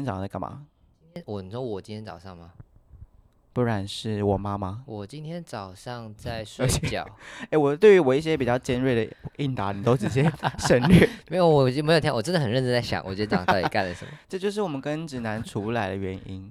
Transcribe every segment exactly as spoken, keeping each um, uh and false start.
早上在干嘛？ 我你说我今天早上吗？ 不然是我妈妈。 我今天早上在睡觉。 哎、欸，我对于我一些比较尖锐的应答，你都直接省略。 没有，我就没有听，我真的很认真在想，我今天早上到底干了什么。 这就是我们跟直男处不来的原因。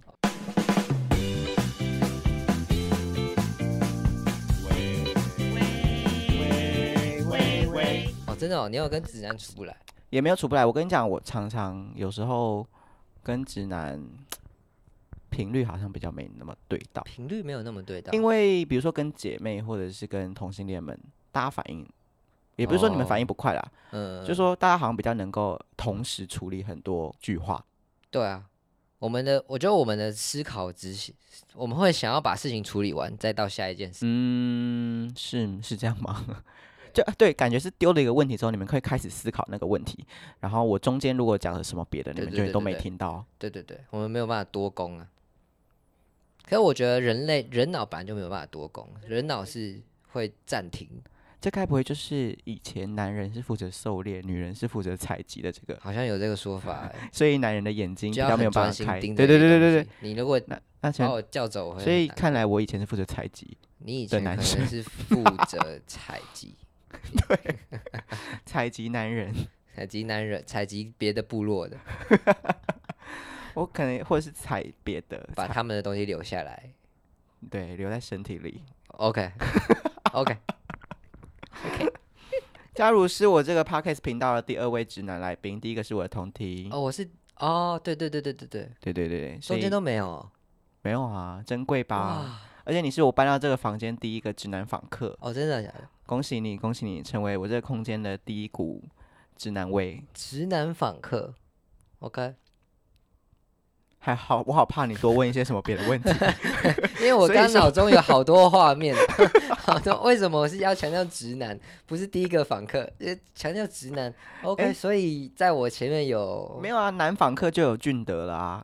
哦，真的哦，你有跟直男处不来？ 也没有处不来。我跟你讲，我常常有时候跟直男频率好像比较没那么对到， 频率没有那么对到。 因为比如说跟姐妹或者是跟同性恋们，大家反应也不是说你们反应不快啦，哦、嗯，就说大家好像比较能够同时处理很多句话。 对啊，我们的我觉得我们的思考执行，我们会想要把事情处理完，再到下一件事。 嗯，是是这样吗？就对，感觉是丢了一个问题之后，你们可以开始思考那个问题，然后我中间如果讲了什么别的，你们就都没听到。 对对对，我们没有办法多攻啊。可是我觉得人类人脑本来就没有办法多攻，人脑是会暂停。 这该不会就是以前男人是负责狩猎，女人是负责采集的这个？ 好像有这个说法、欸， 所以男人的眼睛比较没有办法开。 对对对对对对， 你如果那那把我叫走我会， 所以看来我以前是负责采集， 你以前可能是负责采集， 对，采集男人， 采集男人，采集别的部落的。 我可能或者是采别的， 把他们的东西留下来， 对，留在身体里。 OK OK OK。 假如是我这个 Podcast 频道的第二位直男来宾，第一个是我的同题。 哦，我是哦，对对对对对对对对对， 中间都没有， 没有啊，珍贵吧？而且你是我搬到这个房间第一个直男访客。 哦，真的假的？ 恭喜你，恭喜你，成为我这个空间的第一股直男味。 直男访客 ，OK。 还好，我好怕你多问一些什么别的问题， 因为我刚脑中有好多画面，好多为什么我是要强调直男，不是第一个访客，强调直男 ，OK，、欸、所以在我前面有没有啊？男访客就有俊德了啊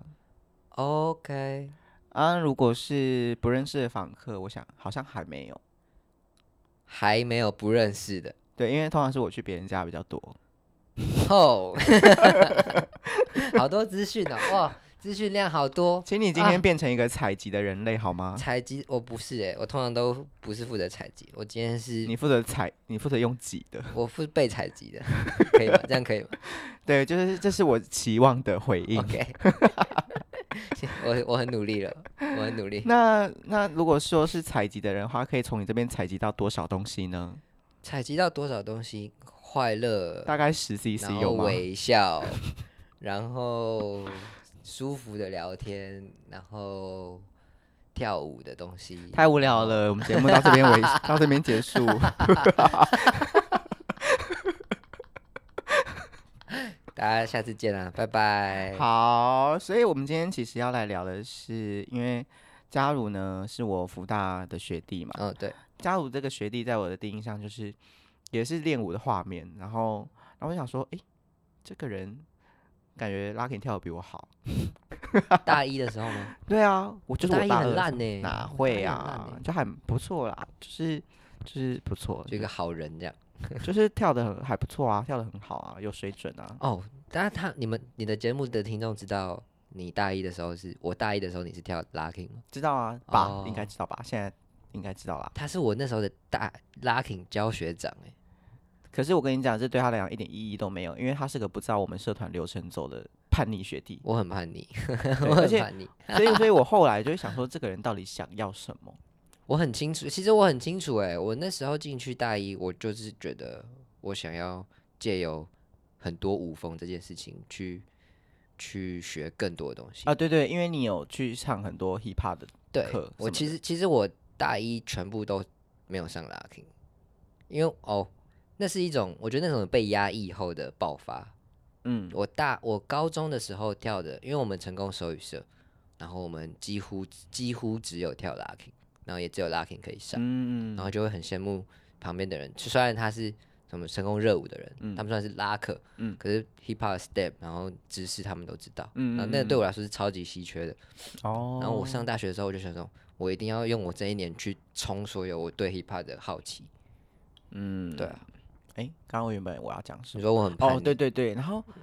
，OK， 啊，如果是不认识的访客，我想好像还没有， 还没有不认识的， 对，因为通常是我去别人家比较多， 哦，好多资讯哦，哇。资讯量好多， 请你今天变成一个采集的人类、啊、好吗？ 采集我不是哎、欸，我通常都不是负责采集，我今天是你负责采，你负责用挤的， 我负责被采集的，可以吗？这样可以吗？ 对，就是这是我期望的回应。 OK， 我我很努力了，我很努力。 那那如果说是采集的人的话，可以从你这边采集到多少东西呢？ 采集到多少东西？快乐， 大概十 C C 有吗？ 微笑，然后。舒服的聊天，然后跳舞的东西， 太无聊了。我们节目到这边为到这边结束。 大家下次见啦，拜拜。 好，所以我们今天其实要来聊的是，因为嘉如呢是我福大的学弟嘛。 嗯，对。 嘉如这个学弟在我的第一印象就是也是练舞的画面，然后然后我想说，哎、欸，这个人。感觉 Locking 跳的比我好， 大一的时候吗？ 对啊，我就是我大一很烂呢、欸， 哪会啊？欸、就还不错啦，就是就是不错， 就一个好人这样， 就是跳的很还不错啊，跳的很好啊，有水准啊。 哦，但是他你们你的节目的听众知道你大一的时候是我大一的时候你是跳 Locking 吗？ 知道啊，吧、哦，应该知道吧？现在应该知道啦。 他是我那时候的大 Locking 教学长哎、欸。 可是我跟你讲，这对他来讲一点意义都没有，因为他是个不照我们社团流程走的叛逆学弟。 我很叛逆，我很叛逆， 所以，所以我后来就会想说，这个人到底想要什么？ 我很清楚，其实我很清楚、欸，哎，我那时候进去大一，我就是觉得我想要借由很多舞风这件事情去去学更多的东西啊。对对，因为你有去上很多 hip hop 的课， 我其实其实我大一全部都没有上 locking， 因为哦。那是一种，我觉得那种被压抑后的爆发。嗯，我大我高中的时候跳的，因为我们成功手语社，然后我们几乎几乎只有跳 locking， 然后也只有 locking 可以上，嗯，然后就会很羡慕旁边的人，虽然他是什么成功热舞的人，嗯、他们算是拉客，嗯，可是 hip hop step， 然后知识他们都知道，嗯，然后那个对我来说是超级稀缺的。哦，然后我上大学的时候，我就想说，我一定要用我这一年去冲所有我对 hip hop 的好奇。嗯，对啊。 哎，刚刚我原本我要讲什么？ 你说我很叛逆哦，对对对，然后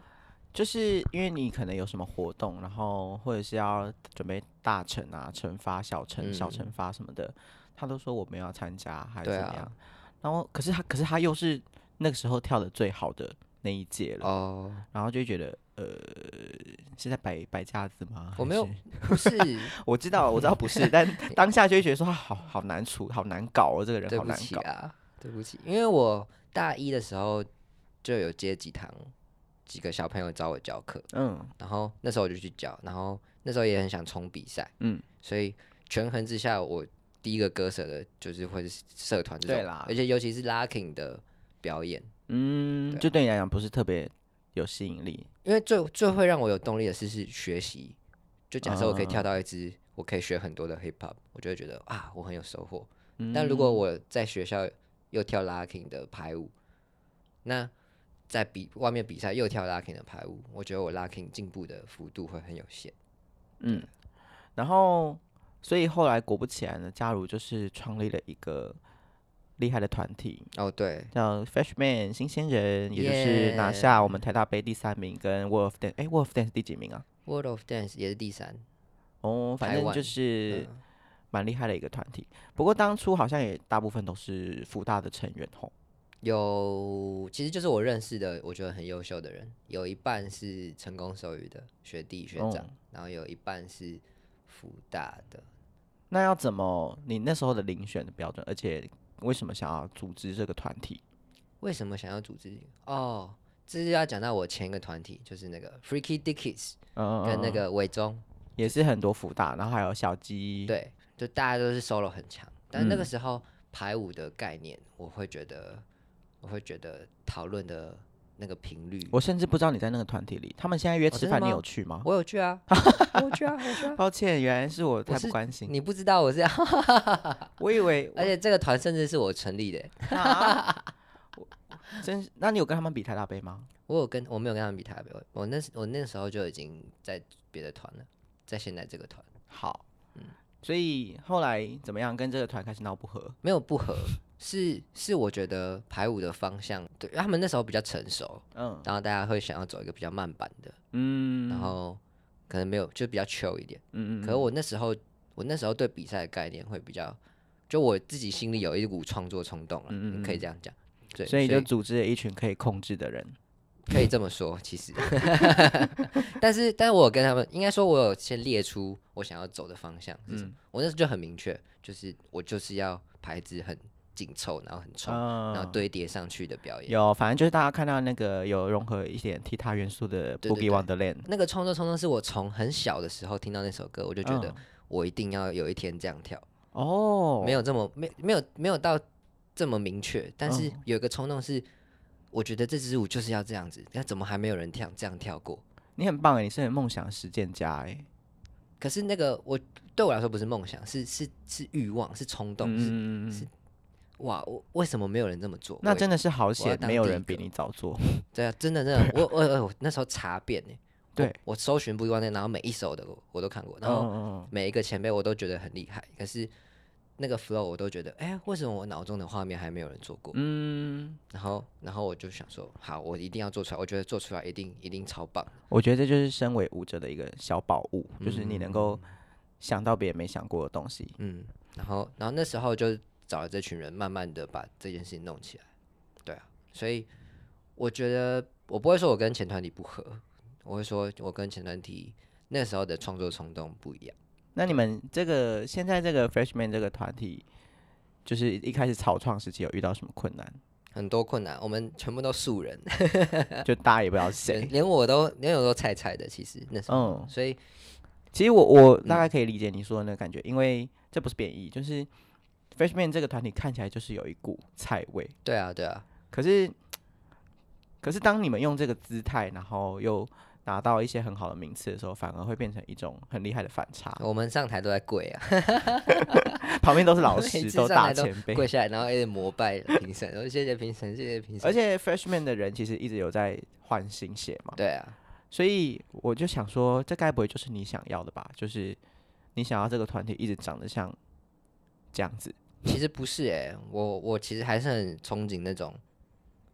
就是因为你可能有什么活动，然后或者是要准备大惩啊、惩罚、小惩、嗯、小惩罚什么的，他都说我们要参加还是怎么样。啊、然后可是他可是他又是那个时候跳的最好的那一届了，哦，然后就觉得呃是在摆摆架子吗？ 我没有，不是， 我知道我知道不是，但当下就会觉得说好好难处，好难搞哦，这个人好难搞。 对不起啊，对不起，因为我大一的时候就有接几堂。几个小朋友找我教课，嗯，然后那时候我就去教，然后那时候也很想冲比赛，嗯，所以权衡之下，我第一个割舍的就是会是社团这种，对啦，而且尤其是 locking 的表演， 嗯，对就对你来讲不是特别有吸引力， 因为最最会让我有动力的是是学习，就假设我可以跳到一支，嗯、我可以学很多的 hip hop， 我就会觉得啊，我很有收获。嗯、但如果我在学校又跳 locking 的排舞，那在比外面比赛又跳 locking 的排舞，我觉得我 locking 进步的幅度会很有限。 嗯，然后所以后来果不其然呢，嘉如就是创立了一个厉害的团体。 哦，对， 叫 Freshman 新鲜人， 也就是拿下我们台大杯第三名，跟 World of Dance， 哎 ，World of Dance 第几名啊 ？World of Dance 也是第三。 哦，反正就是蛮厉害的一个团体。不过当初好像也大部分都是福大的成员吼。 有，其实就是我认识的，我觉得很优秀的人，有一半是成功手语的学弟学长，哦、然后有一半是福大的。 那要怎么？你那时候的遴选的标准，而且为什么想要组织这个团体？ 为什么想要组织？哦，这就要讲到我前一个团体，就是那个 Freaky Dickies，嗯、跟那个伟忠， 也是很多福大，然后还有小鸡， 对，就大家都是 solo 很强，但那个时候排舞的概念，我会觉得。我会觉得讨论的那个频率， 我甚至不知道你在那个团体里。他们现在约吃饭，哦、你有去吗？ 我有去啊，我有去啊，我有去啊。 抱歉，原来是我太不关心。 你不知道我是这样， 我以为， 而且这个团甚至是我成立的。 啊、真，那你有跟他们比台大杯吗？ 我有跟，我没有跟他们比台大杯。我那我那时候就已经在别的团了，在现在这个团。 好，嗯，所以后来怎么样？跟这个团开始闹不合？ 没有不合。是是，我觉得排舞的方向，对他们那时候比较成熟，嗯，然后大家会想要走一个比较慢版的，嗯，然后可能没有就比较 chill 一点，嗯嗯。可是我那时候，我那时候对比赛的概念会比较，就我自己心里有一股创作冲动了，嗯嗯，可以这样讲，对， 所以就组织了一群可以控制的人， 可以这么说，其实，但是但是我有跟他们，应该说我有先列出我想要走的方向是什么，嗯、我那时候就很明确，就是我就是要牌子很。紧凑，然后很冲，嗯、然后堆叠上去的表演。 有，反正就是大家看到那个有融合一点踢踏元素的 Boogie Wonderland。 那个创作冲动是我从很小的时候听到那首歌，我就觉得我一定要有一天这样跳。哦，没有这么没没有没有到这么明确，但是有一个冲动是，我觉得这支舞就是要这样子。那怎么还没有人跳这样跳过？ 你很棒哎，你是很梦想实践家哎。 可是那个我对我来说不是梦想，是是是欲望，是冲动，嗯、是是。哇，我为什么没有人这么做？ 那真的是好险，没有人比你早做。 对啊，真的真的，我我我那时候查遍呢，对我，我搜寻不一样的，然后每一首的我都看过，然后每一个前辈我都觉得很厉害，可是那个 flow 我都觉得，哎，为什么我脑中的画面还没有人做过？嗯，然后然后我就想说，好，我一定要做出来，我觉得做出来一定一定超棒。 我觉得这就是身为舞者的一个小宝物，嗯、就是你能够想到别人没想过的东西。 嗯，然后然后那时候就。找了这群人，慢慢的把这件事情弄起来，对啊，所以我觉得我不会说我跟前团体不合，我会说我跟前团体那时候的创作冲动不一样。 那你们这个现在这个 Freshman 这个团体，就是一开始草创时期有遇到什么困难？ 很多困难，我们全部都素人， 就大家也不知道谁， 连我都连我都菜菜的，其实那时候，嗯、所以其实我我大概可以理解你说的那个感觉，嗯、因为这不是贬义，就是。Freshman 这个团体看起来就是有一股菜味， 对啊，对啊。 可是，可是当你们用这个姿态，然后又拿到一些很好的名次的时候，反而会变成一种很厉害的反差。 我们上台都在跪啊， 旁边都是老师，都大前辈， 跪下来，然后一直膜拜评审，然后谢谢评审，谢谢评审。 而且 Freshman 的人其实一直有在换新血嘛， 对啊。 所以我就想说，这该不会就是你想要的吧？就是你想要这个团体一直长得像这样子。 其实不是哎、欸，我我其实还是很憧憬那种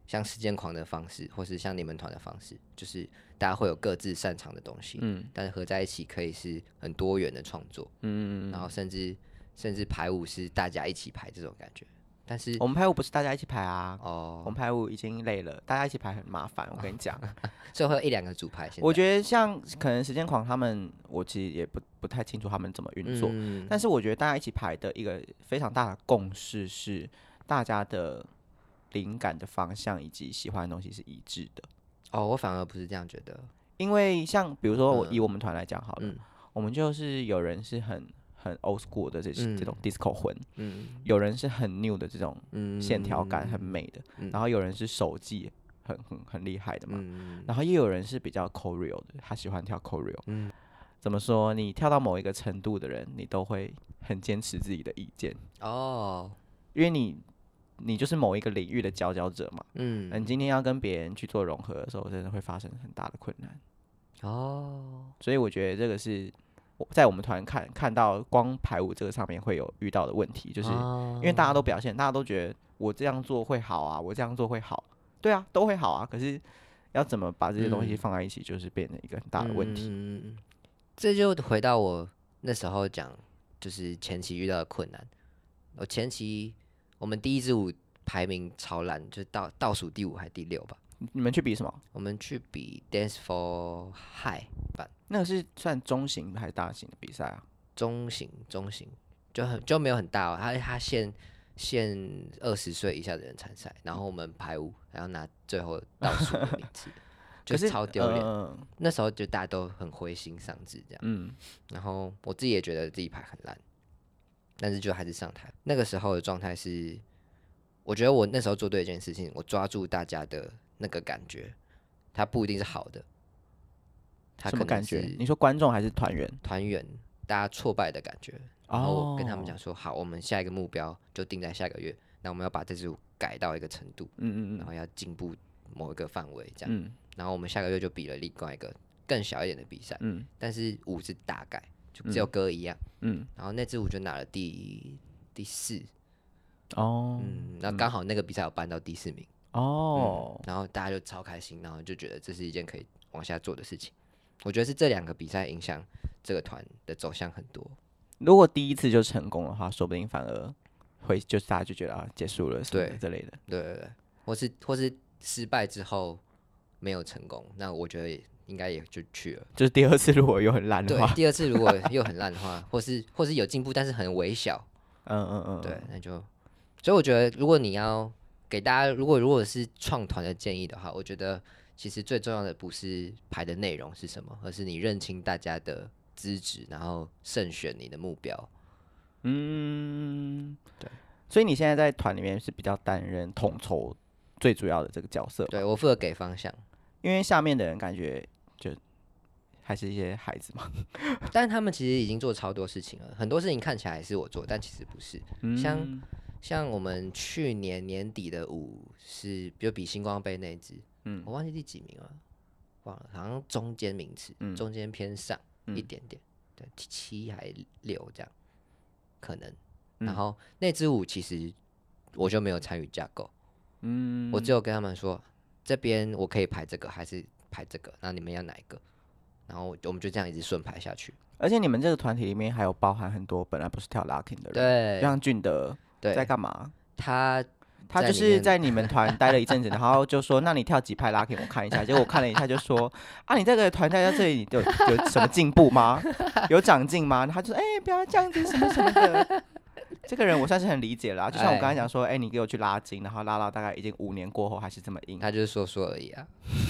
像时间狂的方式，或是像你们团的方式，就是大家会有各自擅长的东西，嗯，但是合在一起可以是很多元的创作，嗯，然后甚至甚至排舞是大家一起排这种感觉。但是我们排舞不是大家一起排啊，哦，我们排舞已经累了，大家一起排很麻烦，我跟你讲， 所以会有一两个组排。 我觉得像可能时间狂他们，我其实也不不太清楚他们怎么运作，嗯，但是我觉得大家一起排的一个非常大的共识是，大家的灵感的方向以及喜欢的东西是一致的。 哦，我反而不是这样觉得， 因为像比如说我以我们团来讲好了，嗯，我们就是有人是很。很 old school 的这、嗯、这种 disco 魂，嗯，有人是很 new 的这种线条感很美的，嗯，然后有人是手技很很很厉害的嘛，嗯，然后也有人是比较 choreo 的，他喜欢跳 choreo，嗯，怎么说？你跳到某一个程度的人，你都会很坚持自己的意见哦，因为你你就是某一个领域的佼佼者嘛，嗯，你今天要跟别人去做融合的时候，真的会发生很大的困难哦，所以我觉得这个是。在我们团看看到光排舞这个上面会有遇到的问题，就是因为大家都表现，大家都觉得我这样做会好啊，我这样做会好，对啊，都会好啊。可是要怎么把这些东西放在一起，就是变成一个很大的问题。嗯嗯、 这就回到我那时候讲，就是前期遇到的困难。我前期我们第一支舞排名超烂，就倒倒数第五还第六吧。 你们去比什么？ 我们去比 Dance for High 版， 那个是算中型还是大型的比赛啊？ 中型，中型就很就没有很大哦。他他限限二十岁以下的人参赛，然后我们排舞，然后拿最后倒数的名次，就是超丢脸。呃、那时候就大家都很灰心丧志这样，嗯，然后我自己也觉得自己排很烂，但是就还是上台。那个时候的状态是，我觉得我那时候做对一件事情，我抓住大家的。那个感觉，它不一定是好的。 它什么感觉？你说观众还是团员？ 团员，大家挫败的感觉。然后我跟他们讲说，好，我们下一个目标就定在下个月。那我们要把这支舞改到一个程度，嗯嗯嗯，然后要进步某一个范围，这样。嗯、然后我们下个月就比了另外一个更小一点的比赛，嗯，但是舞是大改，就只有歌一样，嗯。然后那支舞就拿了第第四，哦，嗯，那刚好那个比赛有搬到第四名。哦、嗯，然后大家就超开心，然后就觉得这是一件可以往下做的事情。我觉得是这两个比赛影响这个团的走向很多。 如果第一次就成功的话，说不定反而会就是大家就觉得啊结束了什么的之类的。 对对对，或是或是失败之后没有成功，那我觉得应该也就去了。 就是第二次如果又很烂的话， 对，第二次如果又很烂的话，或是或是有进步但是很微小，嗯嗯嗯，对，那就所以我觉得如果你要。给大家，如果如果是创团的建议的话，我觉得其实最重要的不是排的内容是什么，而是你认清大家的资质，然后慎选你的目标。 嗯，对。所以你现在在团里面是比较担任统筹最主要的这个角色。 对，我负责给方向， 因为下面的人感觉就还是一些孩子嘛。 但他们其实已经做超多事情了，很多事情看起来是我做，但其实不是。嗯、像。像我们去年年底的舞是，比如比星光杯那一支，嗯，我忘记第几名了，忘了，好像中间名次，嗯、中间偏上一点点，对，七还六这样，可能。嗯、然后那支舞其实我就没有参与架构，嗯，我只有跟他们说，这边我可以排这个还是排这个，那你们要哪一个？然后我们就这样一直顺排下去。 而且你们这个团体里面还有包含很多本来不是跳 locking 的人， 对， 像俊德。在干嘛？ 他他就是在你们团待了一阵子，然后就说：“那你跳几拍拉给我看一下。”结果我看了一下，就说：“啊，你这个团待在这里有有什么进步吗？有长进吗？”他就说：“哎、欸，不要这样子，什么什么的。”这个人我算是很理解了，就像我刚才讲说：“哎、欸，你给我去拉筋，然后拉到大概已经五年过后还是这么硬。” 他就是说说而已啊。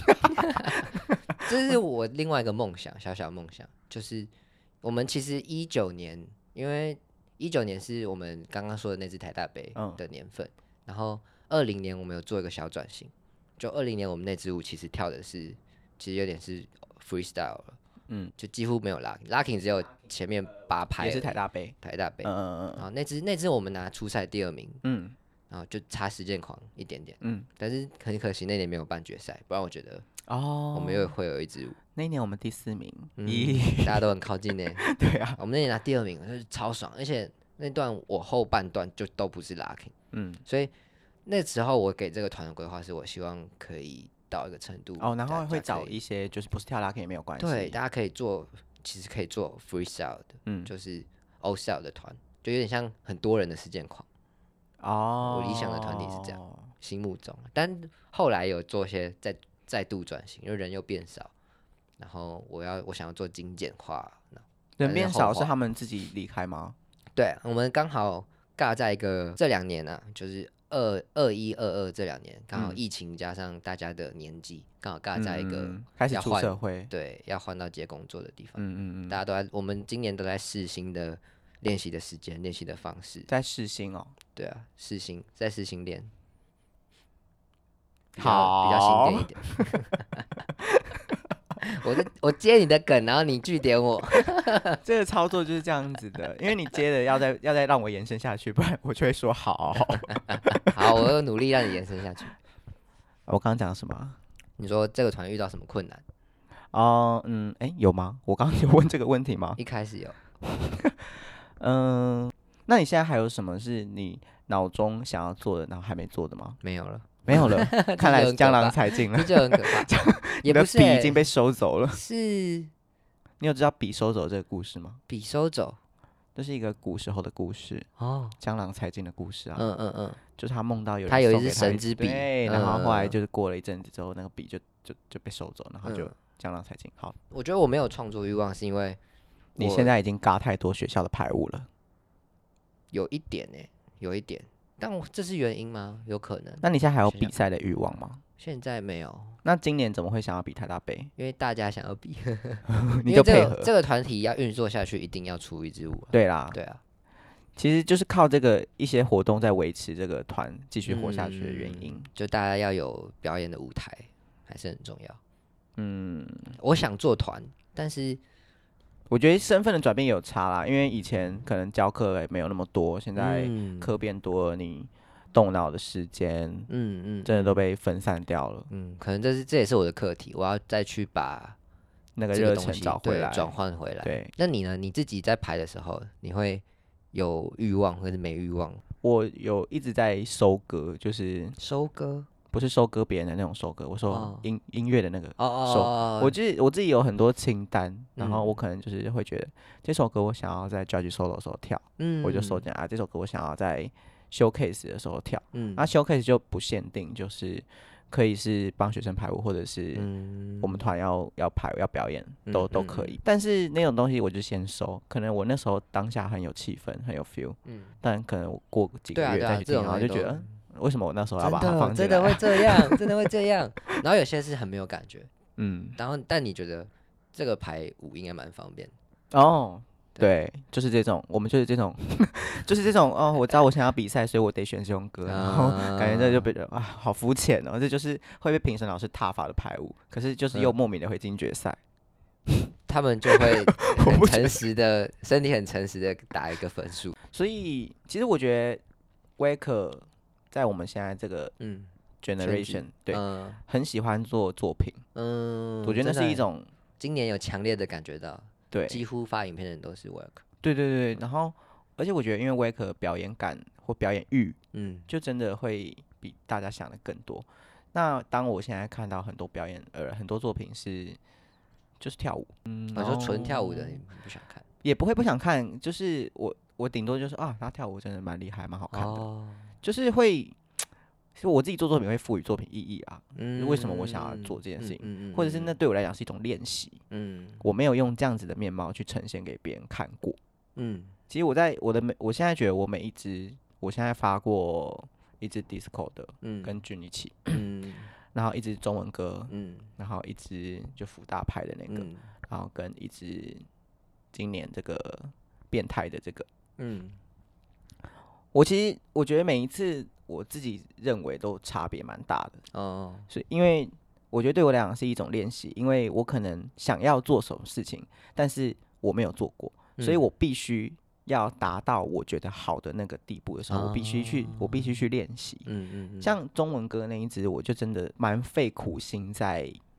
这是我另外一个梦想，小小梦想，就是我们其实一九年，因为。一九年是我们刚刚说的那支台大杯的年份，嗯、然后二零年我们有做一个小转型，就二零年我们那支舞其实跳的是，其实有点是 freestyle 了，嗯，就几乎没有 locking，locking 只有前面八拍， 也是台大杯， 台大杯，嗯嗯嗯，然后那支那支我们拿初赛第二名，嗯，然后就差实践狂一点点，嗯，但是很可惜那年没有办决赛，不然我觉得哦，我们又会有一支舞。 那一年我们第四名， 嗯、大家都很靠近呢。 对啊， 我们那年拿第二名，就是超爽，而且那段我后半段就都不是 locking， 嗯，所以那时候我给这个团的规划是我希望可以到一个程度哦，然后会找一些就是不是跳 locking 也没有关系， 对，大家可以做，其实可以做 freestyle 的，嗯，就是 all style 的团，就有点像很多人的实践狂。哦，我理想的团体是这样，心目中，但后来有做些再再度转型，因为人又变少，然后我要我想要做精简化， 人变少是他们自己离开吗？ 对，我们刚好尬在一个这两年啊，就是二二一二二这两年，刚好疫情加上大家的年纪，刚好尬在一个、嗯、 开始出社会， 对，要换到接工作的地方。 嗯嗯嗯， 大家都在，我们今年都在试新的练习的时间、练习的方式， 在试新哦。 对啊，试新，在试新练， 好， 比较新点一点。我在我接你的梗，然后你句点我。 这个操作就是这样子的，因为你接的要再要再让我延伸下去，不然我就会说好。 好，我有努力让你延伸下去。 我刚刚讲什么？ 你说这个团遇到什么困难？ 哦、呃，嗯，哎，有吗？我刚刚有问这个问题吗？ 一开始有。 嗯，那你现在还有什么是你脑中想要做的，然后还没做的吗？ 没有了。 没有了，看来江郎才尽了， 这就很可怕。 也不是、欸，你的笔已经被收走了。 是， 你有知道笔收走这个故事吗？ 笔收走， 这是一个古时候的故事哦，江郎才尽的故事啊。 嗯嗯嗯， 就是他梦到有人他有一支神之笔， 对，然后后来就是过了一阵子之后，那个笔就就就被收走，然后就江郎才尽。好， 我觉得我没有创作欲望，是因为你现在已经嘎太多学校的排舞了， 有一点呢、欸，有一点。但这是原因吗？有可能。 那你现在还有比赛的欲望吗？ 现在没有。 那今年怎么会想要比台大杯？ 因为大家想要比， 你就配合。 这个这个团体要运作下去，一定要出一支舞、啊。 对啦， 对啊， 其实就是靠这个一些活动在维持这个团继续活下去的原因、嗯。 就大家要有表演的舞台，还是很重要。嗯，我想做团，但是。 我觉得身份的转变也有差啦，因为以前可能教课也没有那么多，现在课变多了，你动脑的时间，嗯嗯，真的都被分散掉了。 嗯，可能这是这也是我的课题，我要再去把那个热忱找回来， 转换回来。 对， 那你呢？你自己在排的时候，你会有欲望或是没欲望？ 我有一直在收歌，就是收歌。 不是收割别人的那种收割，我说音、哦、音乐的那个收。 哦我自己我自己有很多清单，然后我可能就是会觉得、嗯、这首歌我想要在 Judge Solo 的时候跳，嗯、我就收进来啊。这首歌我想要在 Showcase 的时候跳，嗯，那 Showcase 就不限定，就是可以是帮学生排舞，或者是我们团要要排要表演，都、嗯、都可以。但是那种东西我就先收，可能我那时候当下很有气氛，很有 feel，嗯，但可能我过几个月再去听，然后就觉得。为什么我那时候要把它放进来？ 真的会这样，真的会这样。然后有些是很没有感觉，嗯。然后，但你觉得这个排舞应该蛮方便哦？对，就是这种，我们就是这种，就是这种哦。我知道我想要比赛，所以我得选这种歌，然后感觉这就被啊，好肤浅哦。这就是会被评审老师挞伐的排舞，可是就是又莫名的会进决赛。 嗯、他们就会很诚实的，身体很诚实的打一个分数。 所以，其实我觉得 Waker。在我们现在这个 generation，、嗯、对、嗯，很喜欢做作品，嗯，我觉得那是一种， 今年有强烈的感觉到， 对， 几乎发影片的人都是 Waker， 对对对，然后而且我觉得因为 Waker 表演感或表演欲，嗯，就真的会比大家想的更多。那当我现在看到很多表演，呃，很多作品是就是跳舞，嗯， 我说纯跳舞的你不想看， 也不会不想看，就是我我顶多就是啊，他跳舞真的蛮厉害，蛮好看的。哦，就是会，其实我自己做作品会赋予作品意义啊。嗯，为什么我想要做这件事情，嗯嗯嗯、或者是那对我来讲是一种练习。嗯，我没有用这样子的面貌去呈现给别人看过。嗯，其实我在我的每，我现在觉得我每一支，我现在发过一支 disco 的，嗯，跟俊一起，嗯，然后一支中文歌，嗯，然后一支就福大派的那个，嗯、然后跟一支今年这个变态的这个，嗯。我其实我觉得每一次我自己认为都差别蛮大的哦，所以因为我觉得对我来讲是一种练习，因为我可能想要做什么事情，但是我没有做过，所以我必须要达到我觉得好的那个地步的时候，我必须去，我必须去练习。嗯嗯，像中文歌那一支，我就真的蛮费苦心在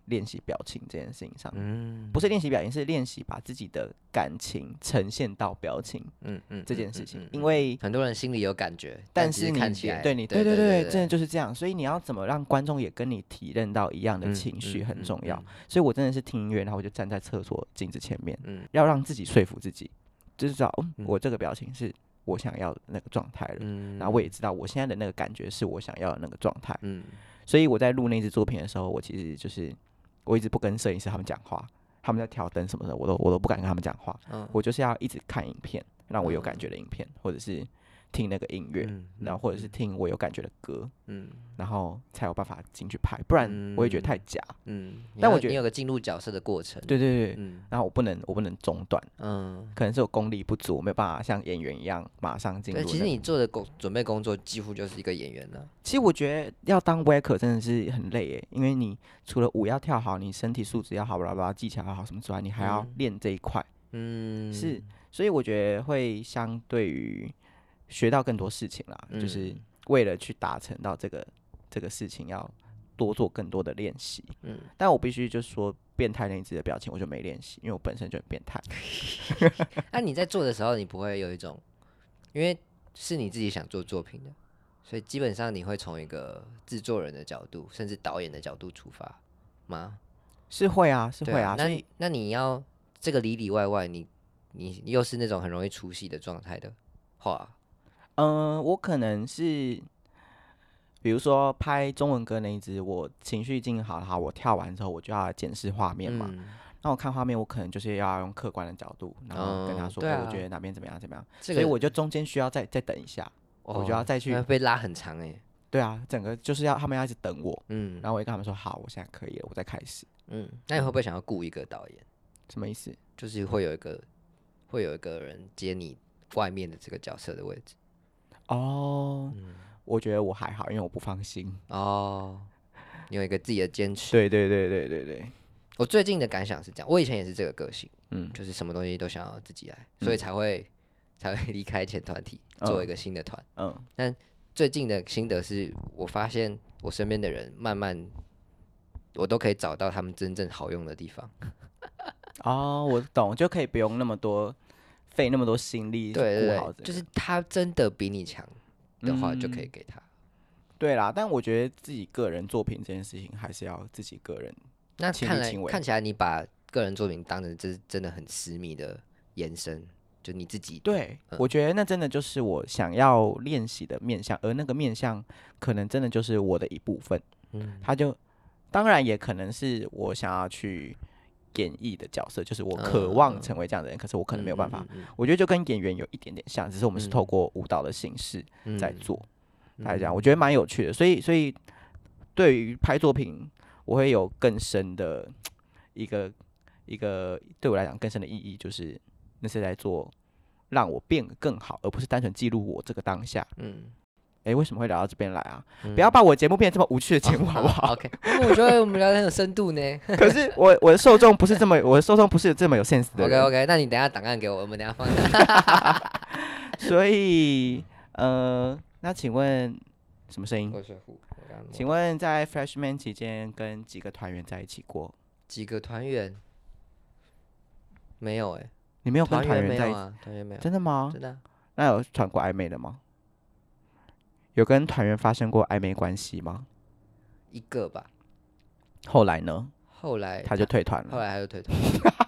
练习表情这件事情上， 嗯， 不是练习表情，是练习把自己的感情呈现到表情，嗯嗯，这件事情，因为很多人心里有感觉， 但是你看起来， 对你，对对对，真的就是这样，所以你要怎么让观众也跟你体认到一样的情绪很重要，所以我真的是听音乐，然后我就站在厕所镜子前面，要让自己说服自己，就是知道，嗯，我这个表情是我想要的那个状态了，然后我也知道我现在的那个感觉是我想要的那个状态，所以我在录那支作品的时候，我其实就是我一直不跟摄影师他们讲话，他们在调灯什么的，我都我都不敢跟他们讲话，嗯、我就是要一直看影片，让我有感觉的影片，或者是听那个音乐，嗯、然后或者是听我有感觉的歌，嗯、然后才有办法进去拍，不然我会觉得太假。嗯，但我觉得你有个进入角色的过程。 对对对，嗯、然后我不能我不能中断，嗯，可能是我功力不足，我没有办法像演员一样马上进入。 其实你做的工准备工作几乎就是一个演员了。 其实我觉得要当 waker 真的是很累耶，因为你除了舞要跳好，你身体素质要好，啦啦技巧要好什么之外，你还要练这一块。嗯，是，所以我觉得会相对于学到更多事情啦，嗯、就是为了去达成到这个这个事情，要多做更多的练习。嗯，但我必须就说，变态那一只的表情我就没练习，因为我本身就很变态。 那你在做的时候，你不会有一种，因为是你自己想做作品的。所以基本上你会从一个制作人的角度，甚至导演的角度出发吗？ 是会啊，是会啊。 啊所以那你要这个里里外外你，你你又是那种很容易出戏的状态的话， 嗯、呃，我可能是，比如说拍中文歌那一支，我情绪静好好，我跳完之后我就要检视画面嘛。嗯，那我看画面，我可能就是要用客观的角度，然后跟他说，嗯啊欸、我觉得哪边怎么样怎么样，这个、所以我就中间需要再再等一下。我就要再去被拉很长哎、欸， 对啊，整个就是要他们要一直等我，嗯，然后我也跟他们说好，我现在可以了，我再开始， 嗯，那你会不会想要雇一个导演？ 什么意思？ 就是会有一个会有一个人接你外面的这个角色的位置。 哦，嗯、我觉得我还好，因为我不放心。 哦，你有一个自己的坚持。 对对对对对对。 我最近的感想是这样，我以前也是这个个性，嗯，就是什么东西都想要自己来，所以才会。嗯才会离开前团体，做一个新的团。嗯，但最近的心得是，我发现我身边的人慢慢，我都可以找到他们真正好用的地方。 哦，我懂，就可以不用那么多费那么多心力去顾好、這個。 就是他真的比你强的话，就可以给他、嗯。 对啦，但我觉得自己个人作品这件事情，还是要自己个人那看来看起来，你把个人作品当成这是真的很私密的延伸。就你自己对、嗯，我觉得那真的就是我想要练习的面向，而那个面向可能真的就是我的一部分。嗯，他就当然也可能是我想要去演绎的角色，就是我渴望成为这样的人，嗯、可是我可能没有办法。嗯嗯嗯嗯、我觉得就跟演员有一点点像，只是我们是透过舞蹈的形式在做。大家讲，我觉得蛮有趣的。所以，所以对于拍作品，我会有更深的一个一个对我来讲更深的意义，就是那是在做。让我变得更好，而不是单纯记录我这个当下。嗯，哎、欸，为什么会聊到这边来啊、嗯？不要把我节目变成这么无趣的节目，好不好、 哦、？OK， 我觉得我们聊得很有深度呢。 可是我我的受众不是这么，我的受众不是这么有 sense 的人。 OK OK， 那你等一下档案给我，我们等一下放。 所以，呃，那请问什么声音？请问在 Freshman 期间跟几个团员在一起过？ 几个团员？没有哎、欸。 你没有跟团员在一起？ 团员没有， 真的吗？ 真的、啊。 那有传过暧昧的吗？有跟团员发生过暧昧关系吗？ 一个吧。 后来呢？ 后来他就退团了。 后来他就退团。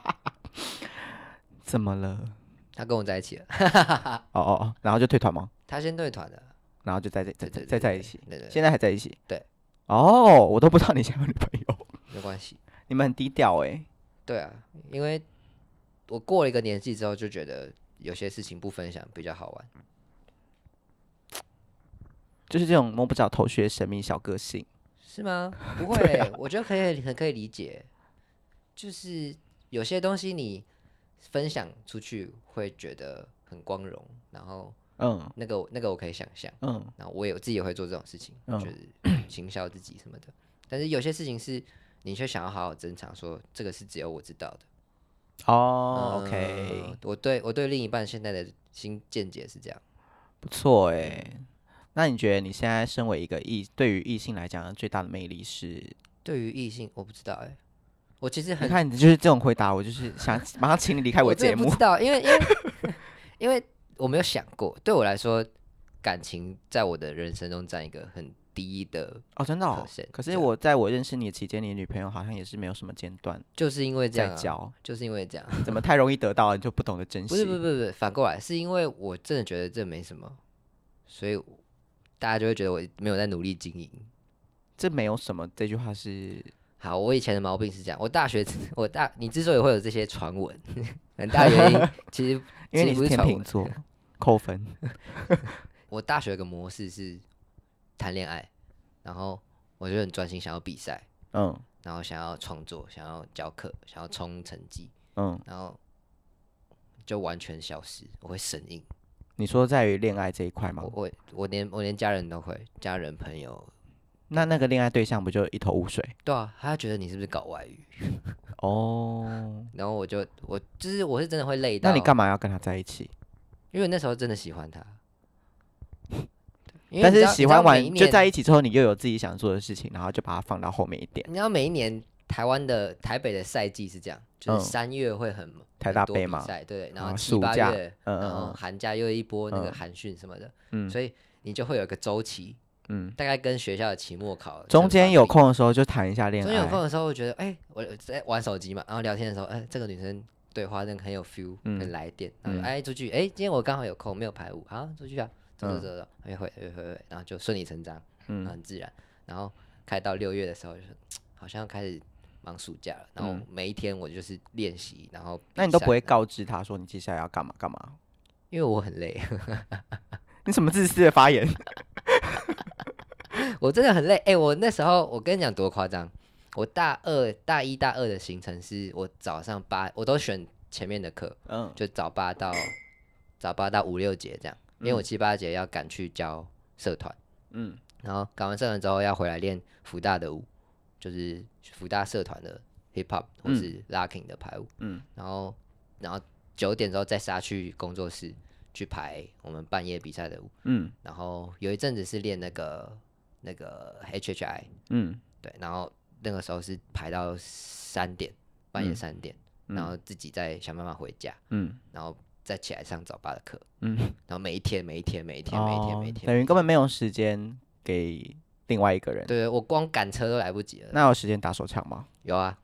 怎么了？ 他跟我在一起了。 哦哦哦，然后就退团吗？ 他先退团的， 然后就再再再再在一起。 对对对， 现在还在一起。 对。 哦，我都不知道你现在有女朋友。 没关系。 你们很低调哎、欸。 对啊，因为。我过了一个年纪之后，就觉得有些事情不分享比较好玩， 就是这种摸不着头绪的神秘小个性， 是吗？不会、欸啊，我觉得可以，很可以理解。就是有些东西你分享出去会觉得很光荣，然后嗯，那个那个我可以想象，嗯，然后我也自己也会做这种事情，嗯、就是行销自己什么的。但是有些事情是你却想要好好珍藏，说这个是只有我知道的。 哦、oh, ，OK，、 嗯、我对我对另一半现在的新见解是这样， 不错哎。那你觉得你现在身为一个异，对于异性来讲最大的魅力是？ 对于异性，我不知道哎。 我其实很， 你看你就是这种回答，我就是想马上请你离开我的节目。 我不知道，因为因为因为我没有想过，对我来说，感情在我的人生中占一个很低的哦，真的哦。可是我在我认识你的期间，你的女朋友好像也是没有什么间断， 就是因为这样、 在交， 就是因为这样， 怎么太容易得到了你就不懂得珍惜？ 不是不是不是不是，反过来是因为我真的觉得这没什么，所以大家就会觉得我没有在努力经营。 这没有什么，这句话是好。我以前的毛病是这样，我大学我大你之所以会有这些传闻，很大原因其实因为你是天秤座，扣分。 我大学有个模式是谈恋爱，然后我就很专心想要比赛，嗯，然后想要创作，想要教课，想要冲成绩，嗯，然后就完全消失，我会神隐。 你说在于恋爱这一块吗？ 我我我连我连家人都会，家人朋友。 那那个恋爱对象不就一头雾水？ 对啊，他觉得你是不是搞外遇？哦，然后我就我就是我是真的会累到。 那你干嘛要跟他在一起？ 因为那时候真的喜欢他。 但是喜欢完就在一起之后，你又有自己想做的事情，然后就把它放到后面一点。 你知道每一年台湾的台北的赛季是这样，就是三月会很台大杯嘛， 对，然后七八月，然后寒假又一波那个寒训什么的，所以你就会有一个周期。嗯，大概跟学校的期末考， 中间有空的时候就谈一下恋爱。 中间有空的时候，我觉得，哎、欸，我在玩手机嘛，然后聊天的时候，哎、欸，这个女生对话真的很有 feel， 很来电，然后哎、欸、出去，哎、欸，今天我刚好有空，没有排舞，好出去啊，走走走走，约会约会约，然后就顺理成章，嗯，很自然。然后开到六月的时候，就是好像开始忙暑假了，然后每一天我就是练习，然后那你都不会告知他说你接下来要干嘛干嘛？ 因为我很累。 你什么自私的发言？ 我真的很累，哎、欸，我那时候我跟你讲多夸张，我大二、大一、大二的行程是我早上八，我都选前面的课，嗯，就早八到早八到五六节这样，因为我七八节要赶去教社团，嗯，然后搞完社团之后要回来练福大的舞，就是福大社团的 hip hop 或是 locking 的排舞，嗯，然后然后九点之后再杀去工作室去排我们半夜比赛的舞，嗯，然后有一阵子是练那个。那个 H H I， 嗯，对，然后那个时候是排到三点，半夜三点，嗯，然后自己再想办法回家，嗯，然后再起来上早八的课，嗯，然后每一天每一天每一天每一天每一天， 等于根本没有时间给另外一个人， 对，我光赶车都来不及了。 那有时间打手枪吗？ 有啊。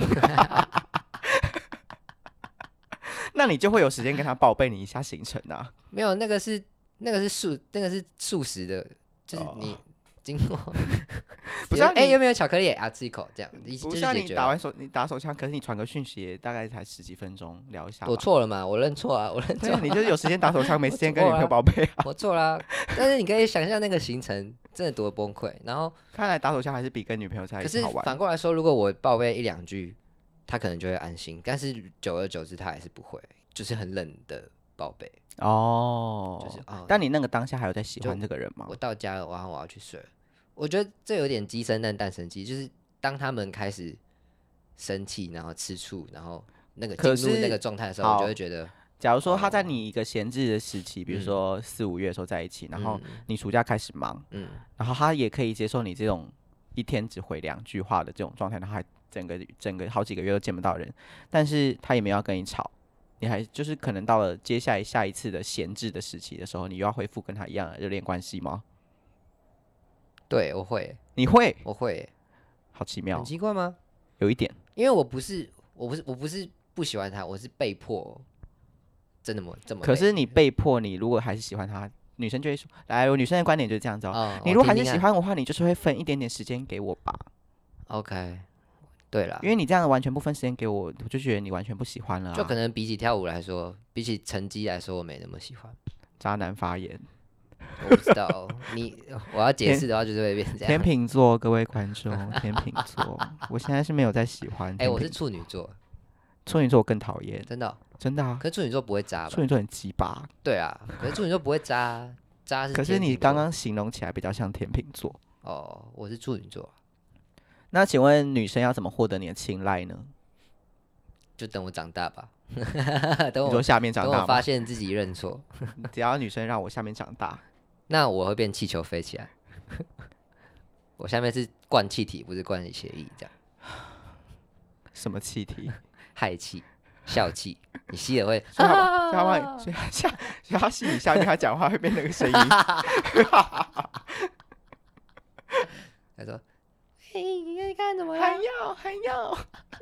那你就会有时间跟他报备你一下行程啊？ 没有，那个是那个是素那个是素食的，就是你。哦经过不是哎、 欸，有没有巧克力啊？吃一口这样， 不是、啊、你打完手你打手枪，可是你传个讯息，大概才十几分钟，聊一下。 我错了嘛？我认错啊，我认错、啊。 你就是有时间打手枪，没时间跟女朋友报备啊。 我错啦、啊，但是你可以想象那个行程真的多崩溃。然后看来打手枪还是比跟女朋友在一起好玩。 可是反过来说，如果我报备一两句，他可能就会安心，但是久而久之他还是不会，就是很冷的报备。 哦，就是哦。但你那个当下还有在喜欢这个人吗？ 我到家了，然后我要去睡了。我觉得这有点鸡生蛋，蛋生鸡，就是当他们开始生气，然后吃醋，然后那个进入那个状态的时候，我就会觉得， 假如说他在你一个闲置的时期，比如说四五月的时候在一起，然后你暑假开始忙，嗯，然后他也可以接受你这种一天只回两句话的这种状态，然后还整个整个好几个月都见不到人，但是他也没有要跟你吵，你还就是可能到了接下来下一次的闲置的时期的时候，你又要恢复跟他一样的热恋关系吗？ 对，我会。 你会？ 我会。 好奇妙。 很奇怪吗？ 有一点， 因为我不是，我不是，我不是不喜欢他，我是被迫，真的吗？这么？ 可是你被迫，你如果还是喜欢他，女生就会说：“来，我女生的观点就是这样子哦。哦你如果还是喜欢我的话，你就是会分一点点时间给我吧。” OK， 对啦， 因为你这样完全不分时间给我，我就觉得你完全不喜欢了、啊。 就可能比起跳舞来说，比起成绩来说，我没那么喜欢。 渣男发言。 我不知道，你我要解释的话，就是会变这样。 天秤座，各位观众，天秤座，我现在是没有在喜欢。 哎、欸，我是处女座， 处女座我更讨厌， 真的、哦， 真的啊。 可是处女座不会渣吧？ 处女座很鸡巴。 对啊，可是处女座不会渣，渣是。 可是你刚刚形容起来比较像天秤座。 哦，我是处女座。 那请问女生要怎么获得你的青睐呢？ 就等我长大吧。等我你说下面长大吗？ 等我发现自己认错。 只要女生让我下面长大。 那我会变气球飞起来，我下面是灌气体，不是灌血液，这样。 什么气体？ 氦气、笑气，你吸了会。 所以他帮你，所以他下，所以他吸你下面，他讲话会变那个声音。 他说：“嘿，你看怎么样？ 还要还要。”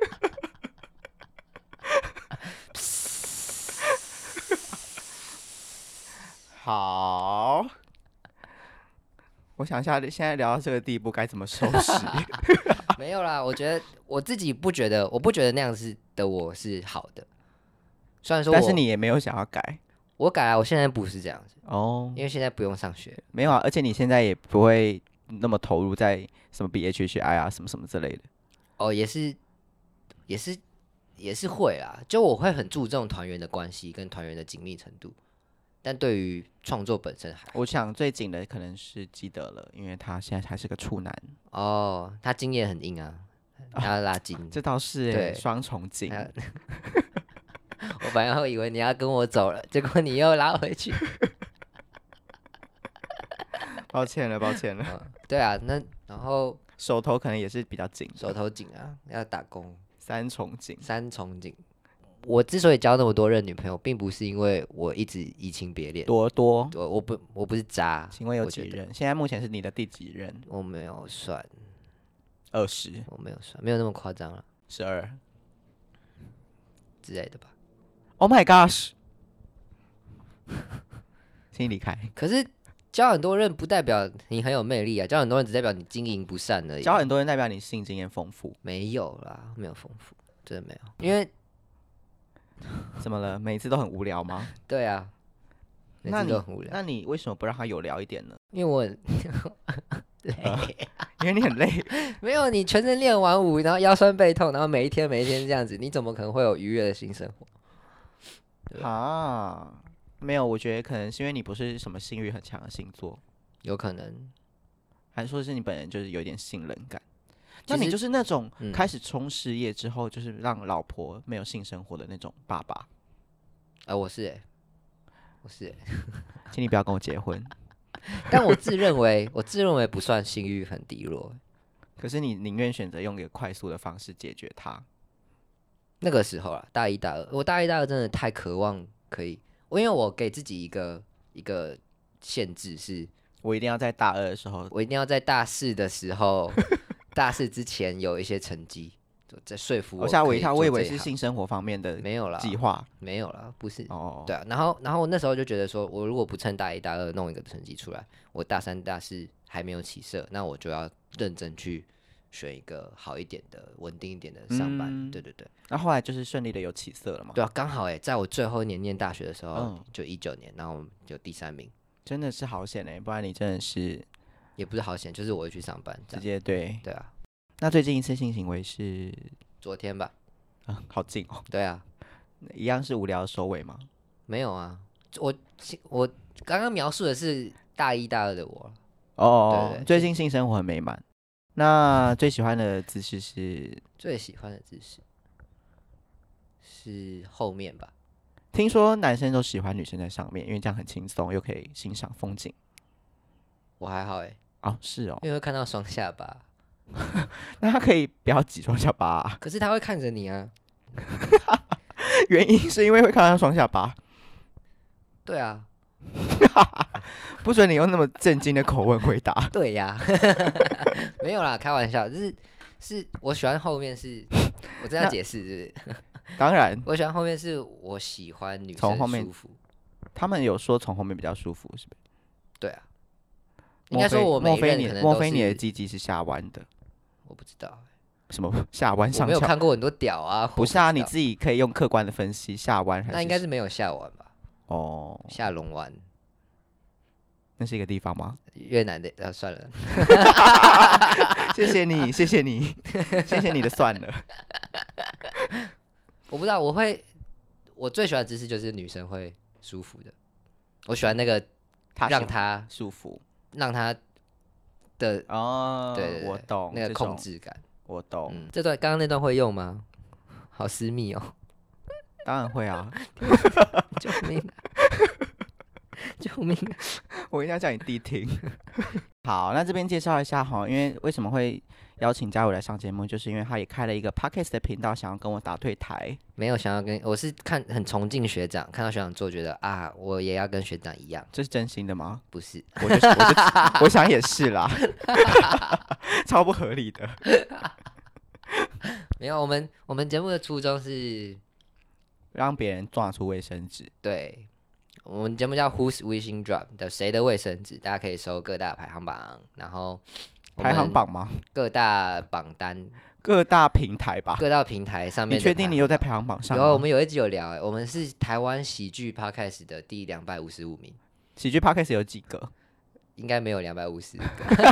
好，我想一下，现在聊到这个地步该怎么收拾？ 没有啦，我觉得我自己不觉得，我不觉得那样是的我是好的。虽然说， 但是你也没有想要改。 我改了，我现在不是这样子哦， 因为现在不用上学。 没有啊，而且你现在也不会那么投入在什么 B H H I 啊，什么什么之类的。 哦，也是，也是，也是会啦。就我会很注重团员的关系跟团员的紧密程度。但对于创作本身还， 我想最紧的可能是基德了，因为他现在还是个处男。 哦，他经验很硬啊，他要拉筋。 哦、这倒是对双重紧。 我本来会以为你要跟我走了，结果你又拉回去。 抱歉了，抱歉了、 嗯。对啊，那然后手头可能也是比较紧， 手头紧啊，要打工。 三重紧， 三重紧。我之所以交那么多任女朋友，并不是因为我一直移情别恋， 多多， 我我不我不是渣。 请问有几任？现在目前是你的第几任？ 我没有算， 二十， 我没有算，没有那么夸张了， 十二之类的吧。 Oh my gosh！ 请你离开。 可是交很多人不代表你很有魅力啊，交很多人只代表你经营不善而已。 交很多人代表你性经验丰富？ 没有啦，没有丰富，真的没有，因为。 怎么了？每次都很无聊吗？ 对啊，每次都很无聊。 那你为什么不让他有聊一点呢？ 因为我很累、呃， 因为你很累。 没有，你全身练完舞，然后腰酸背痛，然后每一天每一天这样子，你怎么可能会有愉悦的性生活？ 啊，没有，我觉得可能是因为你不是什么性欲很强的星座， 有可能， 还是说是你本人就是有点性冷感。那你就是那种开始冲事业之后，就是让老婆没有性生活的那种爸爸。 啊、呃，我是哎、欸，我是哎、欸， 请你不要跟我结婚。 但我自认为，我自认为不算性欲很低落。 可是你宁愿选择用一个快速的方式解决它。 那个时候啊，大一大二，我大一大二真的太渴望可以，我因为我给自己一个一个限制是， 我一定要在大二的时候， 我一定要在大四的时候。大四之前有一些成绩，在说服我。 我吓我一跳，我以为是性生活方面的没有啦计划， 没有啦，不是。 哦， 对啊，然后然后那时候就觉得说，我如果不趁大一大二弄一个成绩出来，我大三大四还没有起色，那我就要认真去选一个好一点的、稳定一点的上班。嗯、对对对。 那后来就是顺利的有起色了嘛？ 对啊，刚好哎、欸，在我最后一年念大学的时候，嗯、就一九年，然后就第三名， 真的是好险哎、欸，不然你真的是也不是好险，就是我会去上班， 直接对对啊。 那最近一次性行为是昨天吧？ 啊，好近哦。 对啊， 一样是无聊的收尾吗？ 没有啊，我我刚刚描述的是大一大二的我。 哦，对对对，最近性生活很美满。那最喜欢的姿势是？ 最喜欢的姿势是后面吧？ 听说男生都喜欢女生在上面，因为这样很轻松，又可以欣赏风景。 我还好哎、欸。 哦，是哦， 因为会看到双下巴。 那他可以不要挤双下巴、啊， 可是他会看着你啊。 原因是因为会看到双下巴。 对啊。 不准你用那么震惊的口吻回答。 对呀、啊，没有啦，开玩笑，就是是我喜欢后面是，我这样解释是不是？ 当然， 我喜欢后面是我喜欢女生舒服。 他们有说从后面比较舒服，是不是？ 对啊。应该说我每一任可能都是， 莫非你的鸡鸡是下弯的？ 我不知道、 欸、什么下弯上翘？ 我没有看过很多屌啊。 不是啊，你自己可以用客观的分析下弯还是？ 那应该是没有下弯吧？ 哦， 下龙湾， 那是一个地方吗？ 越南的，啊，算了。 谢谢你，谢谢你，谢谢你的算了。 我不知道，我会，我最喜欢的姿势就是女生会舒服的，我喜欢那个让她舒服。 让他的哦， 对, 对, 对， 我懂那个控制感， 我懂。 嗯、这段刚刚那段会用吗？好私密哦。 当然会啊！ 救命、啊！救命、啊！ 我一定要叫你谛听。好，那这边介绍一下哈，因为为什么会邀请嘉如来上节目，就是因为他也开了一个 podcast 的频道，想要跟我打对台。 没有想要跟，我是看很崇敬学长，看到学长做，觉得啊，我也要跟学长一样。 这是真心的吗？ 不是， 我就我就我想也是啦，超不合理的。 没有，我们我们节目的初衷是让别人抓出卫生纸。 对，我们节目叫 Who's Wishing Drop 的谁的卫生纸，大家可以搜各大排行榜，然后排行榜吗？ 各大榜单。 各大平台吧， 各大平台上面。 你确定你有在排行榜上吗？ 有，我们有一集有聊、欸，我们是台湾喜剧 podcast 的第两百五十五名。 喜剧 podcast 有几个？ 应该没有两百五十个。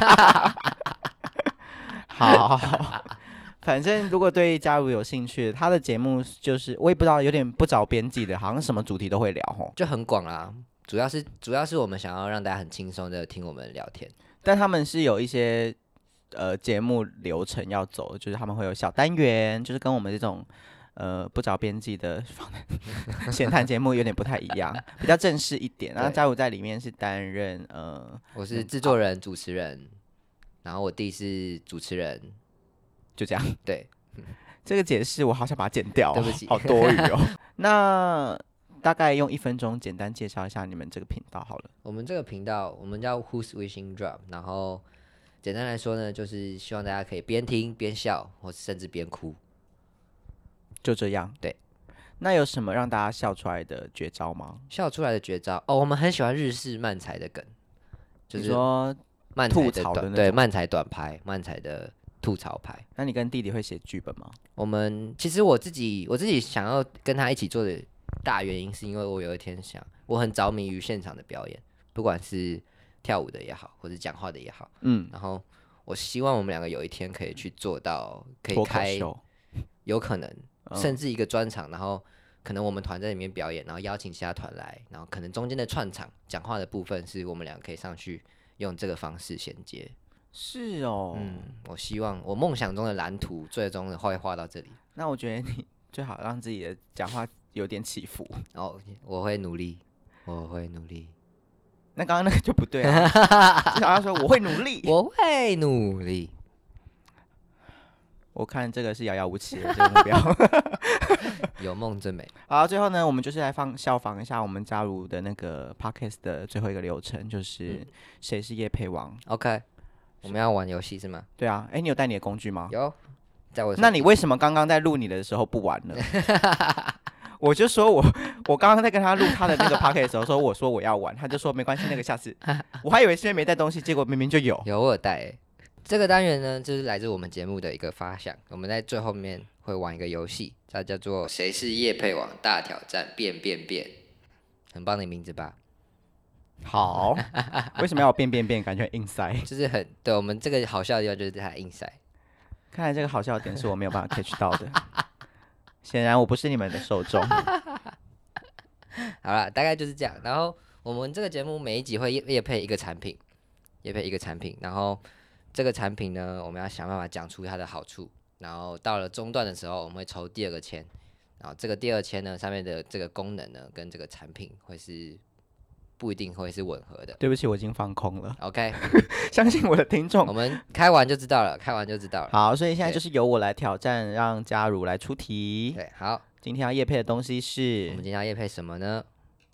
好，反正如果对嘉如有兴趣，他的节目就是我也不知道，有点不着边际的，好像什么主题都会聊吼， 就很广啦。主要是主要是我们想要让大家很轻松的听我们聊天， 但他们是有一些。呃，节目流程要走，就是他们会有小单元，就是跟我们这种呃不着边际的闲谈节目有点不太一样，比较正式一点。然后嘉如在里面是担任呃， 我是制作人、主持人，然后我弟是主持人， 就这样。 对， 这个解释我好想把它剪掉， 对不起， 好多余哦。那大概用一分钟简单介绍一下你们这个频道好了。 我们这个频道我们叫 Who's Wishing Drop， 然后。简单来说呢，就是希望大家可以边听边笑，或甚至边哭， 就这样。 对， 那有什么让大家笑出来的绝招吗？ 笑出来的绝招哦，我们很喜欢日式漫才的梗，就是说漫吐槽的那种， 对，漫才短拍，漫才的吐槽拍。 那你跟弟弟会写剧本吗？ 我们其实我自己我自己想要跟他一起做的大原因，是因为我有一天想，我很着迷于现场的表演，不管是跳舞的也好，或者讲话的也好，嗯，然后我希望我们两个有一天可以去做到，可以开，有可能、嗯、甚至一个专场，然后可能我们团在里面表演，然后邀请其他团来，然后可能中间的串场讲话的部分是我们两个可以上去用这个方式衔接。 是哦， 嗯，我希望我梦想中的蓝图最终会画到这里。 那我觉得你最好让自己的讲话有点起伏。 哦，我会努力，我会努力。 那刚刚那个就不对啊，至少要说我会努力， 我会努力。 我看这个是遥遥无期的这个目标， 有梦最美。 好，最后呢，我们就是来放效仿一下我们嘉如的那个 podcast 的最后一个流程，就是谁是业配王。 OK， 我们要玩游戏是吗？ 对啊，哎，你有带你的工具吗？ 有，在我。 那你为什么刚刚在录你的时候不玩呢？我就说我我刚刚在跟他录他的那个 podcast 的时候，说我说我要玩，他就说没关系，那个下次。我还以为是因为没带东西，结果明明就有。 有我有带、欸。这个单元呢，就是来自我们节目的一个发想。我们在最后面会玩一个游戏，它叫做“谁是业配网大挑战变变变”，很棒的名字吧？ 好，为什么要变变变？感觉很硬塞。 就是很对我们这个好笑的地方，就是它硬塞。 看来这个好笑的点是我没有办法 catch 到的。显然我不是你们的受众。 好了，大概就是这样。然后我们这个节目每一集会业配一个产品，业配一个产品，然后这个产品呢，我们要想办法讲出它的好处。然后到了中段的时候，我们会抽第二个签，然后这个第二签呢，上面的这个功能呢，跟这个产品会是不一定会是吻合的。 对不起，我已经放空了。 OK， 相信我的听众。 我们开完就知道了，开完就知道了。 好，所以现在就是由我来挑战，让嘉如来出题。 对，好。 今天要业配的东西是， 我们今天要业配什么呢？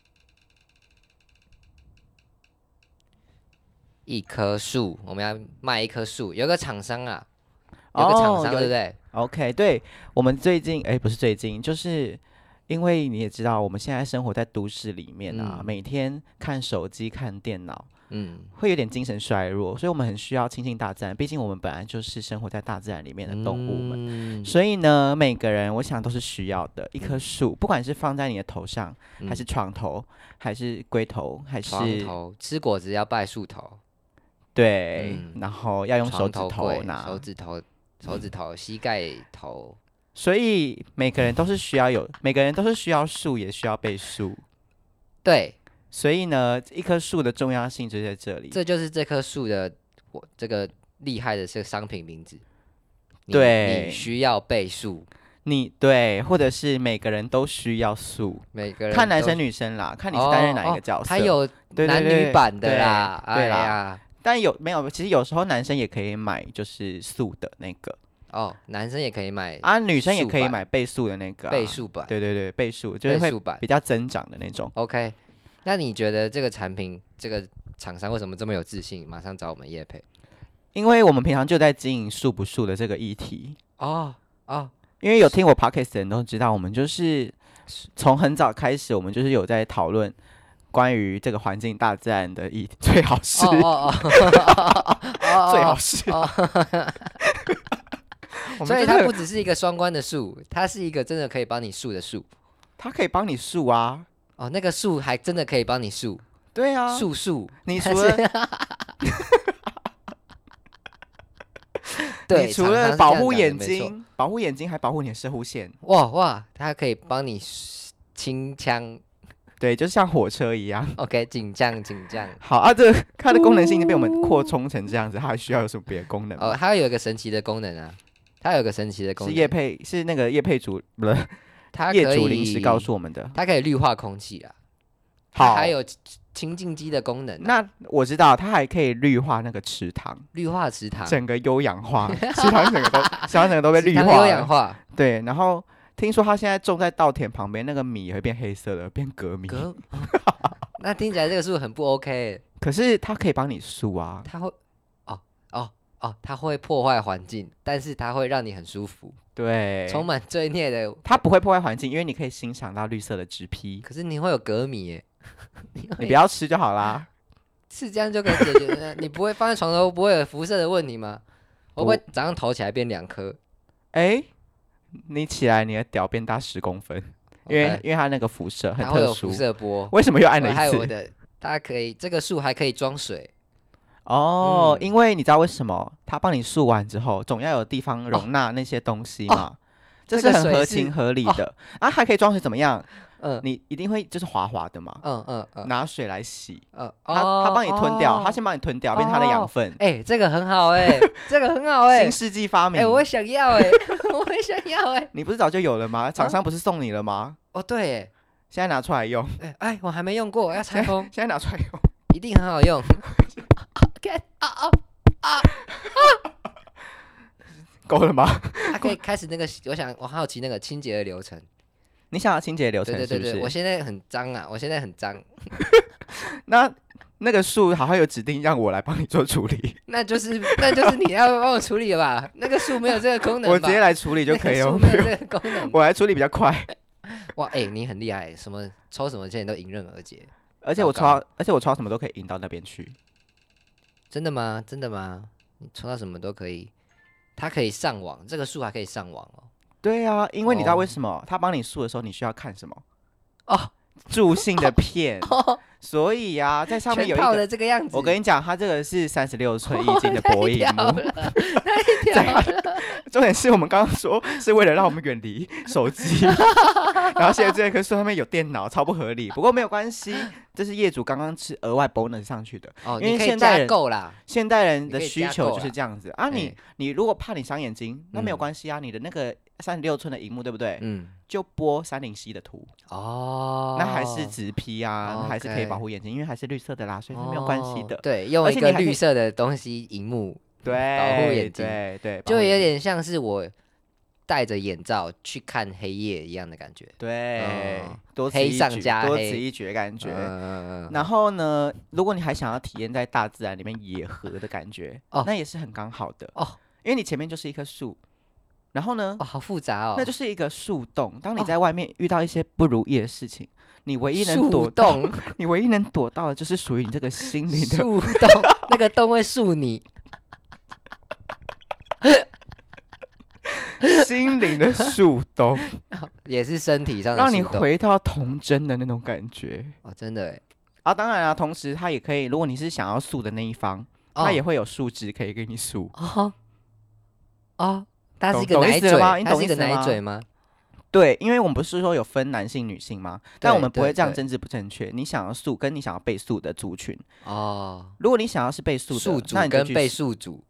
一棵树，我们要卖一棵树。有个厂商啊，有个厂商、哦、对不对 ？OK， 对，我们最近哎，不是最近，就是因为你也知道，我们现在生活在都市里面啊，嗯、每天看手机、看电脑。嗯，会有点精神衰弱，所以我们很需要亲近大自然。毕竟我们本来就是生活在大自然里面的动物们，嗯、所以呢，每个人我想都是需要的。一棵树，不管是放在你的头上，嗯、还是床头，还是龟头，还是床头，吃果子要拜树头。 对，嗯、然后要用手指头拿， 手指头、手指头、膝盖头。 所以每个人都是需要有，每个人都是需要树，也需要被树。 对。 所以呢，一棵树的重要性就在这里。 这就是这棵树的我这个厉害的这个商品名字。 对， 你需要被树。 你对，或者是每个人都需要树。 每个人看男生女生啦，看你是担任哪一个角色。 还、哦哦、有男女版的啦， 对, 对, 对啦、 哎呀， 但有没有？其实有时候男生也可以买就是素的那个哦，男生也可以买啊，女生也可以买倍数的那个、啊、 倍数版。 对对对，倍数就是会比较增长的那种。 OK， 那你觉得这个产品这个厂商为什么这么有自信，马上找我们业配？ 因为我们平常就在经营素不素的这个议题哦哦， 因为有听我 podcast 的人都知道，我们就是从很早开始，我们就是有在讨论关于这个环境大自然的议题，最好是，哦哦哦最好是，哦所以它不只是一个双关的树，它是一个真的可以帮你树的树， 它可以帮你树啊， 哦，那个树还真的可以帮你树， 对啊， 树树， 你除了对，你除了保护眼睛，保护眼睛还保护你的射护线， 哇哇，它可以帮你清枪。 对，就像火车一样。 OK， 警降警降。 好啊，这个它的功能性已经被我们扩充成这样子，它还需要有什么别的功能？ 哦，它有一个神奇的功能啊，它有一个神奇的功能。 是业配，是那个业配主不是？业主临时告诉我们的。 它可以绿化空气啊。好，还有清净机的功能、啊。 那我知道，它还可以绿化那个池塘， 绿化池塘， 整个优氧化，池塘整个都，池塘整个都被绿化， 优氧化。 对，然后。听说他现在种在稻田旁边，那个米也会变黑色的，变革米。 革那听起来这个树很不 OK。 可是它可以帮你树啊， 它会，哦哦哦，它会破坏环境，但是它会让你很舒服。 对， 充满罪孽的。 它不会破坏环境，因为你可以欣赏到绿色的植皮。 可是你会有革米耶， 你不要吃就好啦。 是这样就可以解决的？你不会放在床头不会有辐射的问题吗？会不会早上头起来变两颗？ 哎、欸。你起来，你的屌变大十公分，因为、okay. 因为它那个辐射很特殊，它会有辐射波。 为什么又按了一次？ 还有我的，它可以这个树还可以装水哦、嗯，因为你知道为什么？它帮你树完之后，总要有地方容纳那些东西嘛，哦、这是很合情合理的、哦、啊。还可以装水怎么样？嗯，你一定会就是滑滑的嘛，嗯嗯嗯，拿水来洗，嗯，它它帮你吞掉，它、哦、先帮你吞掉，变它的养分。 哎、欸，这个很好哎、欸，这个很好哎、欸， 新世纪发明。 哎、欸，我想要哎、欸，我也想要哎、欸。 你不是早就有了吗？厂商不是送你了吗？ 哦，对，哎， 现在拿出来用。 哎、欸、哎，我还没用过，我要拆封。 现在拿出来用， 一定很好用。看啊啊啊！ 够了吗？ 它可以开始那个，我想我好奇那个清洁的流程。 你想要清洁流程是不是？ 对对对对，我现在很脏啊，我现在很脏。 那那个树好像有指定让我来帮你做处理， 那就是那就是你要帮我处理了吧？那个树没有这个功能吧， 我直接来处理就可以了。 没有这个功能， 我来处理比较快。 哇，哎、欸，你很厉害，什么抽什么签都迎刃而解。 而且我抽到，而且我抽到什么都可以引到那边去。 真的吗？真的吗？你抽到什么都可以，它可以上网，这个树还可以上网哦。 对啊，因为你知道为什么？他、oh. 帮你树的时候，你需要看什么？哦、oh. ，助兴的片。Oh. 所以啊，在上面有一个的这个样子。 我跟你讲，它这个是三十六寸液晶的薄荧幕。 太重点是我们刚刚说是为了让我们远离手机，然后现在这棵树上面有电脑，超不合理。不过没有关系，这是业主刚刚是额外 bonus 上去的。哦，因为现代人够啦， 现代人的需求就是这样子啊。你、欸、你如果怕你伤眼睛，那没有关系啊。嗯、你的那个三十六寸的荧幕，对不对？嗯，就播三零 C 的图哦，那还是直 P 啊，那还是可以保护眼睛，因为还是绿色的啦，所以是没有关系的。 哦、对，用一个绿色的东西荧幕。 对， 保护眼睛， 对对， 就有点像是我戴着眼罩去看黑夜一样的感觉。 对，嗯、多黑上加黑， 多此一举的感觉。嗯、然后呢，如果你还想要体验在大自然里面野合的感觉，哦、那也是很刚好的哦，因为你前面就是一棵树，然后呢， 哦，好复杂哦， 那就是一个树洞。当你在外面遇到一些不如意的事情，哦、你唯一能躲到，你唯一能躲到的就是属于你这个心灵的树洞，那个洞会树你。 心灵的树洞也是身体上的， 让你回到童真的那种感觉哦，真的耶啊！当然啊，同时它也可以，如果你是想要素的那一方，哦、它也会有树枝可以给你素哦哦，它是一个奶嘴吗？它是一个奶嘴吗？ 对，因为我们不是说有分男性、女性吗？但我们不会这样政治不正确。你想要素跟你想要被素的族群哦，如果你想要是被素的， 宿主跟被宿主。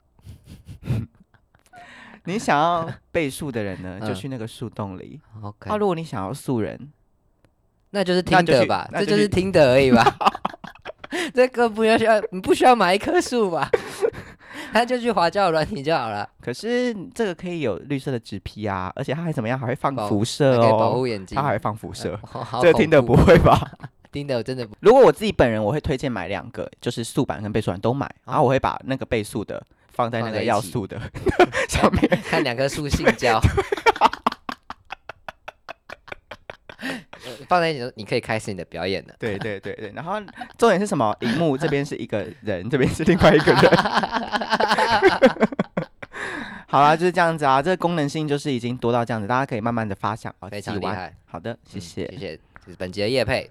你想要被素的人呢，就去那个树洞里。 OK。 那、啊、如果你想要素人， 那就是听的吧，这就是听的而已吧。 这个不要需要，你不需要买一棵树吧？他就去滑交友软体就好了。 可是这个可以有绿色的纸皮啊，而且它还怎么样？还会放辐射哦， 可以保护眼睛。 它还会放辐射， 哦、 这个听的不会吧？ 听的真的不。 如果我自己本人，我会推荐买两个，就是素版跟倍速版都买，哦、然后我会把那个倍速的放在那个要素的上面， 看两棵树性交。放在一起，你可以开始你的表演了。 对对对对，然后重点是什么？荧幕这边是一个人，这边是另外一个人。好啦，就是这样子啊。这个功能性就是已经多到这样子，大家可以慢慢的发想啊， 非常厉害。 好的，谢谢、 嗯、谢谢，这是本集的业配。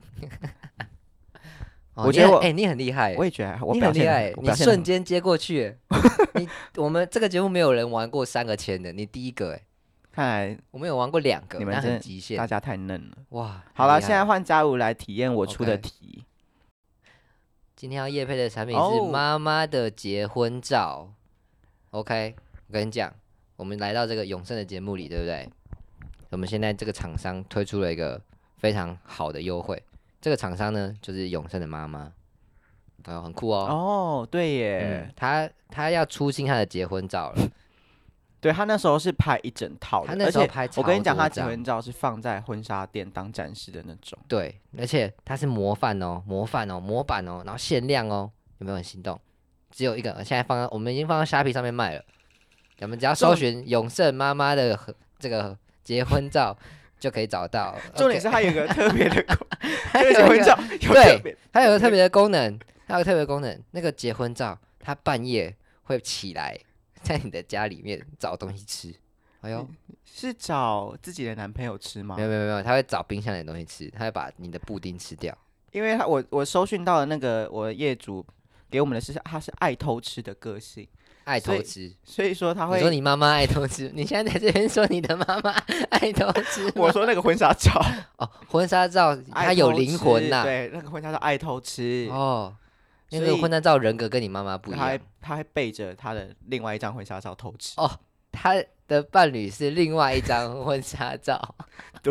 哦、我觉得我哎、欸，你很厉害， 我也觉得我你很厉害，你瞬间接过去。你我们这个节目没有人玩过三个签的，你第一个哎。 看来我们有玩过两个， 你们很极限， 大家太嫩了哇！ 好了，现在换嘉武来体验我出的题。 Okay. 今天要业配的产品是妈妈的结婚照。Oh. OK， 我跟你讲，我们来到这个永盛的节目里，对不对？我们现在这个厂商推出了一个非常好的优惠，这个厂商呢就是永盛的妈妈，哦，很酷哦。 哦，对耶， 嗯、他他要出新他的结婚照了。 对，他那时候是拍一整套的， 他那时候拍超多张， 我跟你讲，他结婚照是放在婚纱店当展示的那种。 对，而且它是模范哦，模范哦，模板哦，然后限量哦，有没有很心动？只有一个，现在放在我们已经放到虾皮上面卖了，我们只要搜寻永盛妈妈的这个结婚照就可以找到。 重点是它有一个特别的功能， 这个结婚照有特别， 对，它有个特别的功能，它有个特别的功能，那个结婚照它半夜会起来。在你的家里面找东西吃，哎呦， 是找自己的男朋友吃吗？ 没有没有没有，他会找冰箱里的东西吃，他会把你的布丁吃掉。 因为他我我搜寻到的那个我的业主给我们的是他是爱偷吃的个性， 爱偷吃， 所以说他会你说你妈妈爱偷吃，你现在在这边说你的妈妈爱偷吃， 我说那个婚纱照哦，婚纱照它有灵魂呐、啊， 对，那个婚纱照爱偷吃哦。那个婚纱照人格跟你妈妈不一样， 他还他还背着他的另外一张婚纱照偷吃哦，他的伴侣是另外一张婚纱照， 对。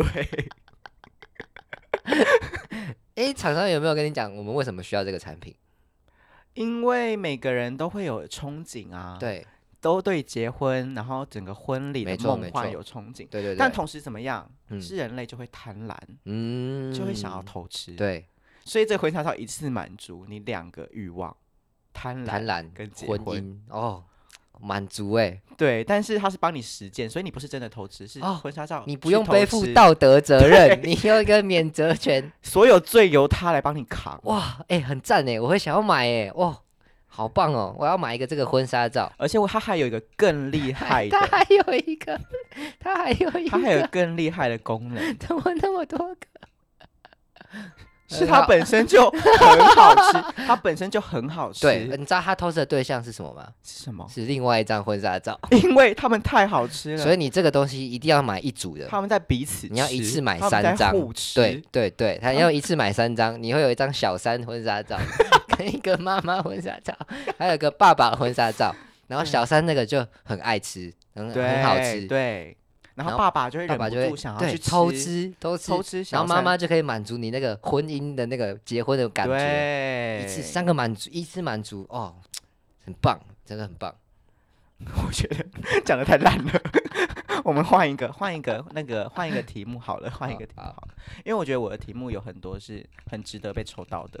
哎，厂商有没有跟你讲我们为什么需要这个产品？ 因为每个人都会有憧憬啊， 对， 都对结婚，然后整个婚礼的梦幻有憧憬， 对对对。 但同时怎么样， 嗯、 是人类就会贪婪， 嗯， 就会想要偷吃， 对。 所以这婚纱照一次满足你两个欲望，贪婪、 贪婪跟结婚姻哦，满足哎， 对，但是它是帮你实践，所以你不是真的偷吃，是婚纱照、哦， 你不用背负道德责任，你有一个免责权， 所有罪由他来帮你扛。 哇，哎、欸，很赞哎，我会想要买哎，哇，好棒哦，我要买一个这个婚纱照， 而且我它还有一个更厉害的， 它还有一个，它还有一个， 它还有更厉害的功能， 怎么那么多个？ 是它本身就很好吃，它本身就很好吃。 对，你知道他偷吃的对象是什么吗？ 是什么？ 是另外一张婚纱照， 因为他们太好吃了， 所以你这个东西一定要买一组的。 他们在彼此吃， 你要一次买三张，对对对，他要一次买三张，你会有一张小三婚纱照，跟一个妈妈婚纱照，还有一个爸爸婚纱照，然后小三那个就很爱吃，很很好吃， 对。然后爸爸就会忍不住想要去偷吃，偷吃， 偷吃， 然后妈妈就可以满足你那个婚姻的那个结婚的感觉， 对， 一次三个满足，一次满足，哦，很棒，真的很棒。 我觉得讲的太烂了，我们换一个，换一个，那个换一个题目好了，换一个题目好了，因为我觉得我的题目有很多是很值得被抽到的。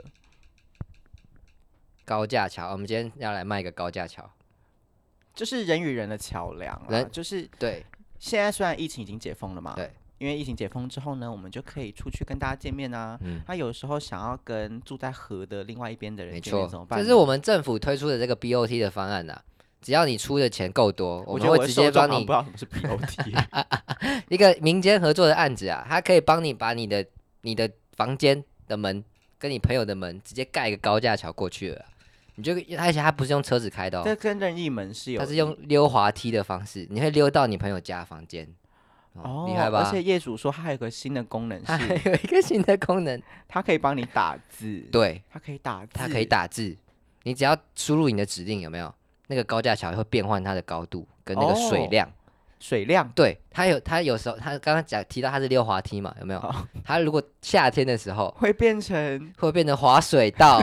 高架桥，我们今天要来卖一个高架桥， 就是人与人的桥梁啦，就是对。 现在虽然疫情已经解封了嘛， 对， 因为疫情解封之后呢，我们就可以出去跟大家见面啊。嗯，他有时候想要跟住在河的另外一边的人见面怎么办？ 这是我们政府推出的这个 B O T 的方案呐、啊。只要你出的钱够多，我们会直接帮你。 不知道什么是 B O T， 一个民间合作的案子啊，它可以帮你把你的你的房间的门跟你朋友的门直接盖一个高架桥过去了。你就而且它不是用车子开的哦， 这跟任意门是有， 它是用溜滑梯的方式，你会溜到你朋友家房间，哦，厉害吧？ 而且业主说它还有个新的功能是， 它还有一个新的功能， 它可以帮你打字， 对， 它可以打字， 它可以打字，你只要输入你的指令，有没有？那个高架桥会变换它的高度跟那个水量， 哦、 水量， 对，他有他有时候他刚刚讲提到他是溜滑梯嘛，有没有？他如果夏天的时候会变成会变成滑水道，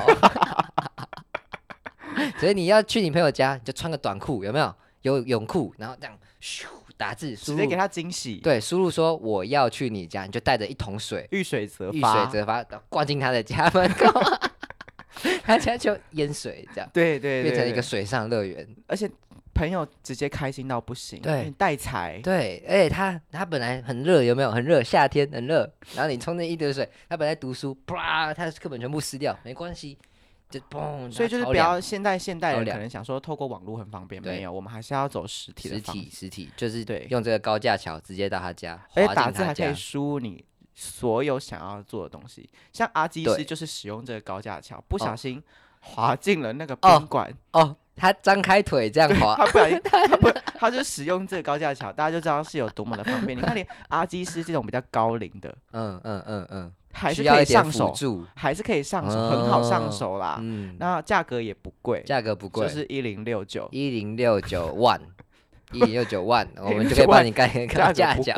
所以你要去你朋友家，就穿个短裤，有没有？有泳裤，然后这样咻打字， 直接给他惊喜。 对，输入说我要去你家，你就带着一桶水， 遇水则发， 遇水则发，灌进他的家门口。他家就淹水，这样对对， 变成一个水上乐园， 而且朋友直接开心到不行， 对， 带财， 对，而且他他本来很热，有没有？很热，夏天很热，然后你冲那一堆水，他本来读书，啪，他课本全部湿掉，没关系，就嘣， 所以就是不要现在现代人可能想说透过网络很方便， 对没有，我们还是要走实体的实方体实体，就是对， 用这个高架桥直接到他家， 而且打字还可以输入你所有想要做的东西，像阿基师就是使用这个高架桥，不小心。滑进了那个宾馆哦, 哦，他张开腿这样滑， 他不小心，他不，他就使用这个高架桥，大家就知道是有多么的方便。你看，连阿基师这种比较高龄的， 嗯嗯嗯嗯， 还是可以上手， 助还是可以上手，嗯、很好上手啦。嗯，那价格也不贵， 价格不贵， 就是一零六九， 一零六九万，一零六九万，我们就可以帮你盖个高架桥。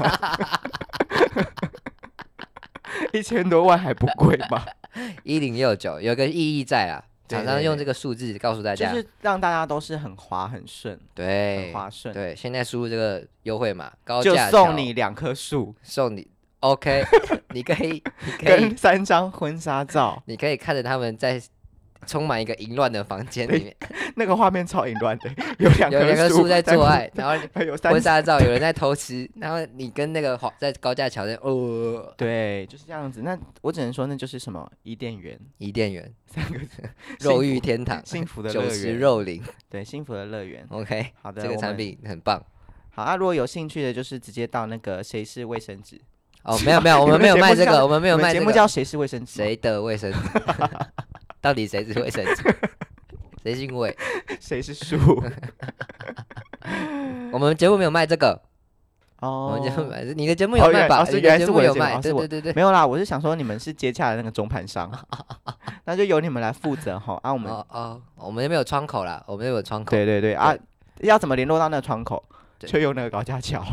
一千多万还不贵吗？ 一零六九有个意义在啊，厂商用这个数字告诉大家， 就是让大家都是很滑很顺， 对， 很滑顺。 对，现在输入这个优惠码，高架就送你两棵树， 送你 OK， 你可以，你可以跟三张婚纱照， 你可以看着他们在充满一个淫乱的房间里面， 那个画面超淫乱的，有两有两棵树在做爱，然后有婚纱照，有人在偷吃，然后你跟那个在高架桥在哦， 对，就是这样子。那我只能说，那就是什么伊甸园， 伊甸园三个字， 肉欲天堂， 幸福的乐园， 酒池肉林， 对，幸福的乐园。 OK， 好的， 这个产品很棒。 好，那、啊、如果有兴趣的，就是直接到那个谁是卫生纸。 哦，没有没有，我们没有卖这个，我们没有卖这个。 节目叫谁是卫生纸？ 谁的卫生纸？到底谁是卫生纸？谁姓魏？ 谁是树？ 我们节目没有卖这个。 哦， 我们节目买，你的节目有卖吧？ 哦、 你的节目有卖，对对对对， 没有啦。我是想说，你们是接洽的那个中盘商，那就由你们来负责哈。啊，我们哦哦，我们那边有窗口啦，我们那边有窗口。 对对对啊，要怎么联络到那个窗口？就用那个高架桥。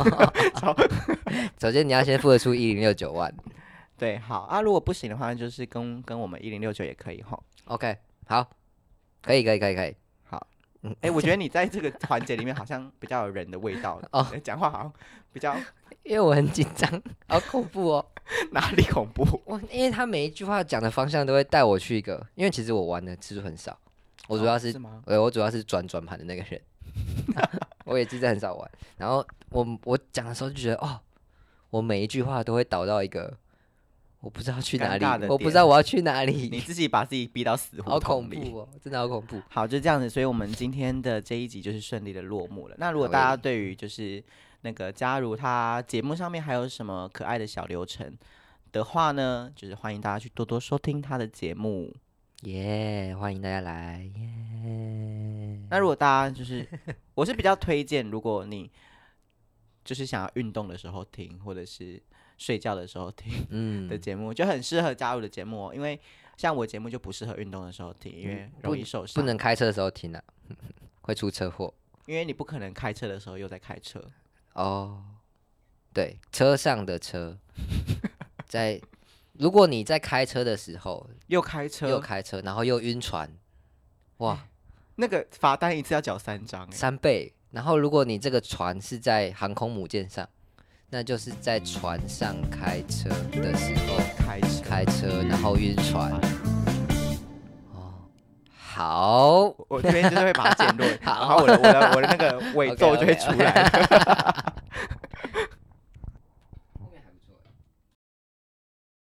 首先你要先付得出一零六九万。 对，好啊。如果不行的话，就是跟跟我们一零六九也可以哈。 OK， 好，可以可以可以可以。 好，哎、欸，我觉得你在这个环节里面好像比较有人的味道哦，讲话好像比较， 因为我很紧张，好恐怖哦。 哪里恐怖？ 我因为他每一句话讲的方向都会带我去一个，因为其实我玩的次数很少，我主要是， 哦、是吗？ 呃，我主要是转转盘的那个人，我也其实很少玩。然后我我讲的时候就觉得，哦，我每一句话都会导到一个。我不知道去哪里，我不知道我要去哪里， 你自己把自己逼到死胡同里， 好恐怖哦，真的好恐怖。 好，就这样子，所以我们今天的这一集就是顺利的落幕了。那如果大家对于就是那个加入他节目上面还有什么可爱的小流程的话呢，就是欢迎大家去多多收听他的节目， 耶、yeah, 欢迎大家来耶。 Yeah 那如果大家就是我是比较推荐，如果你就是想要运动的时候听，或者是睡觉的时候听的节目，嗯、就很适合加入的节目哦。因为像我节目就不适合运动的时候听，因为容易受伤。 不能开车的时候听啊，会出车祸。 因为你不可能开车的时候又在开车。 哦，对，车上的车，在如果你在开车的时候又开车又开车，然后又晕船，哇， 那个罚单一次要缴三张， 三倍。然后如果你这个船是在航空母舰上。那就是在船上开车的时候开车， 开车然后晕船。哦，好， 我这边就是会把它剪落，然后我的我的我的那个尾奏就会出来。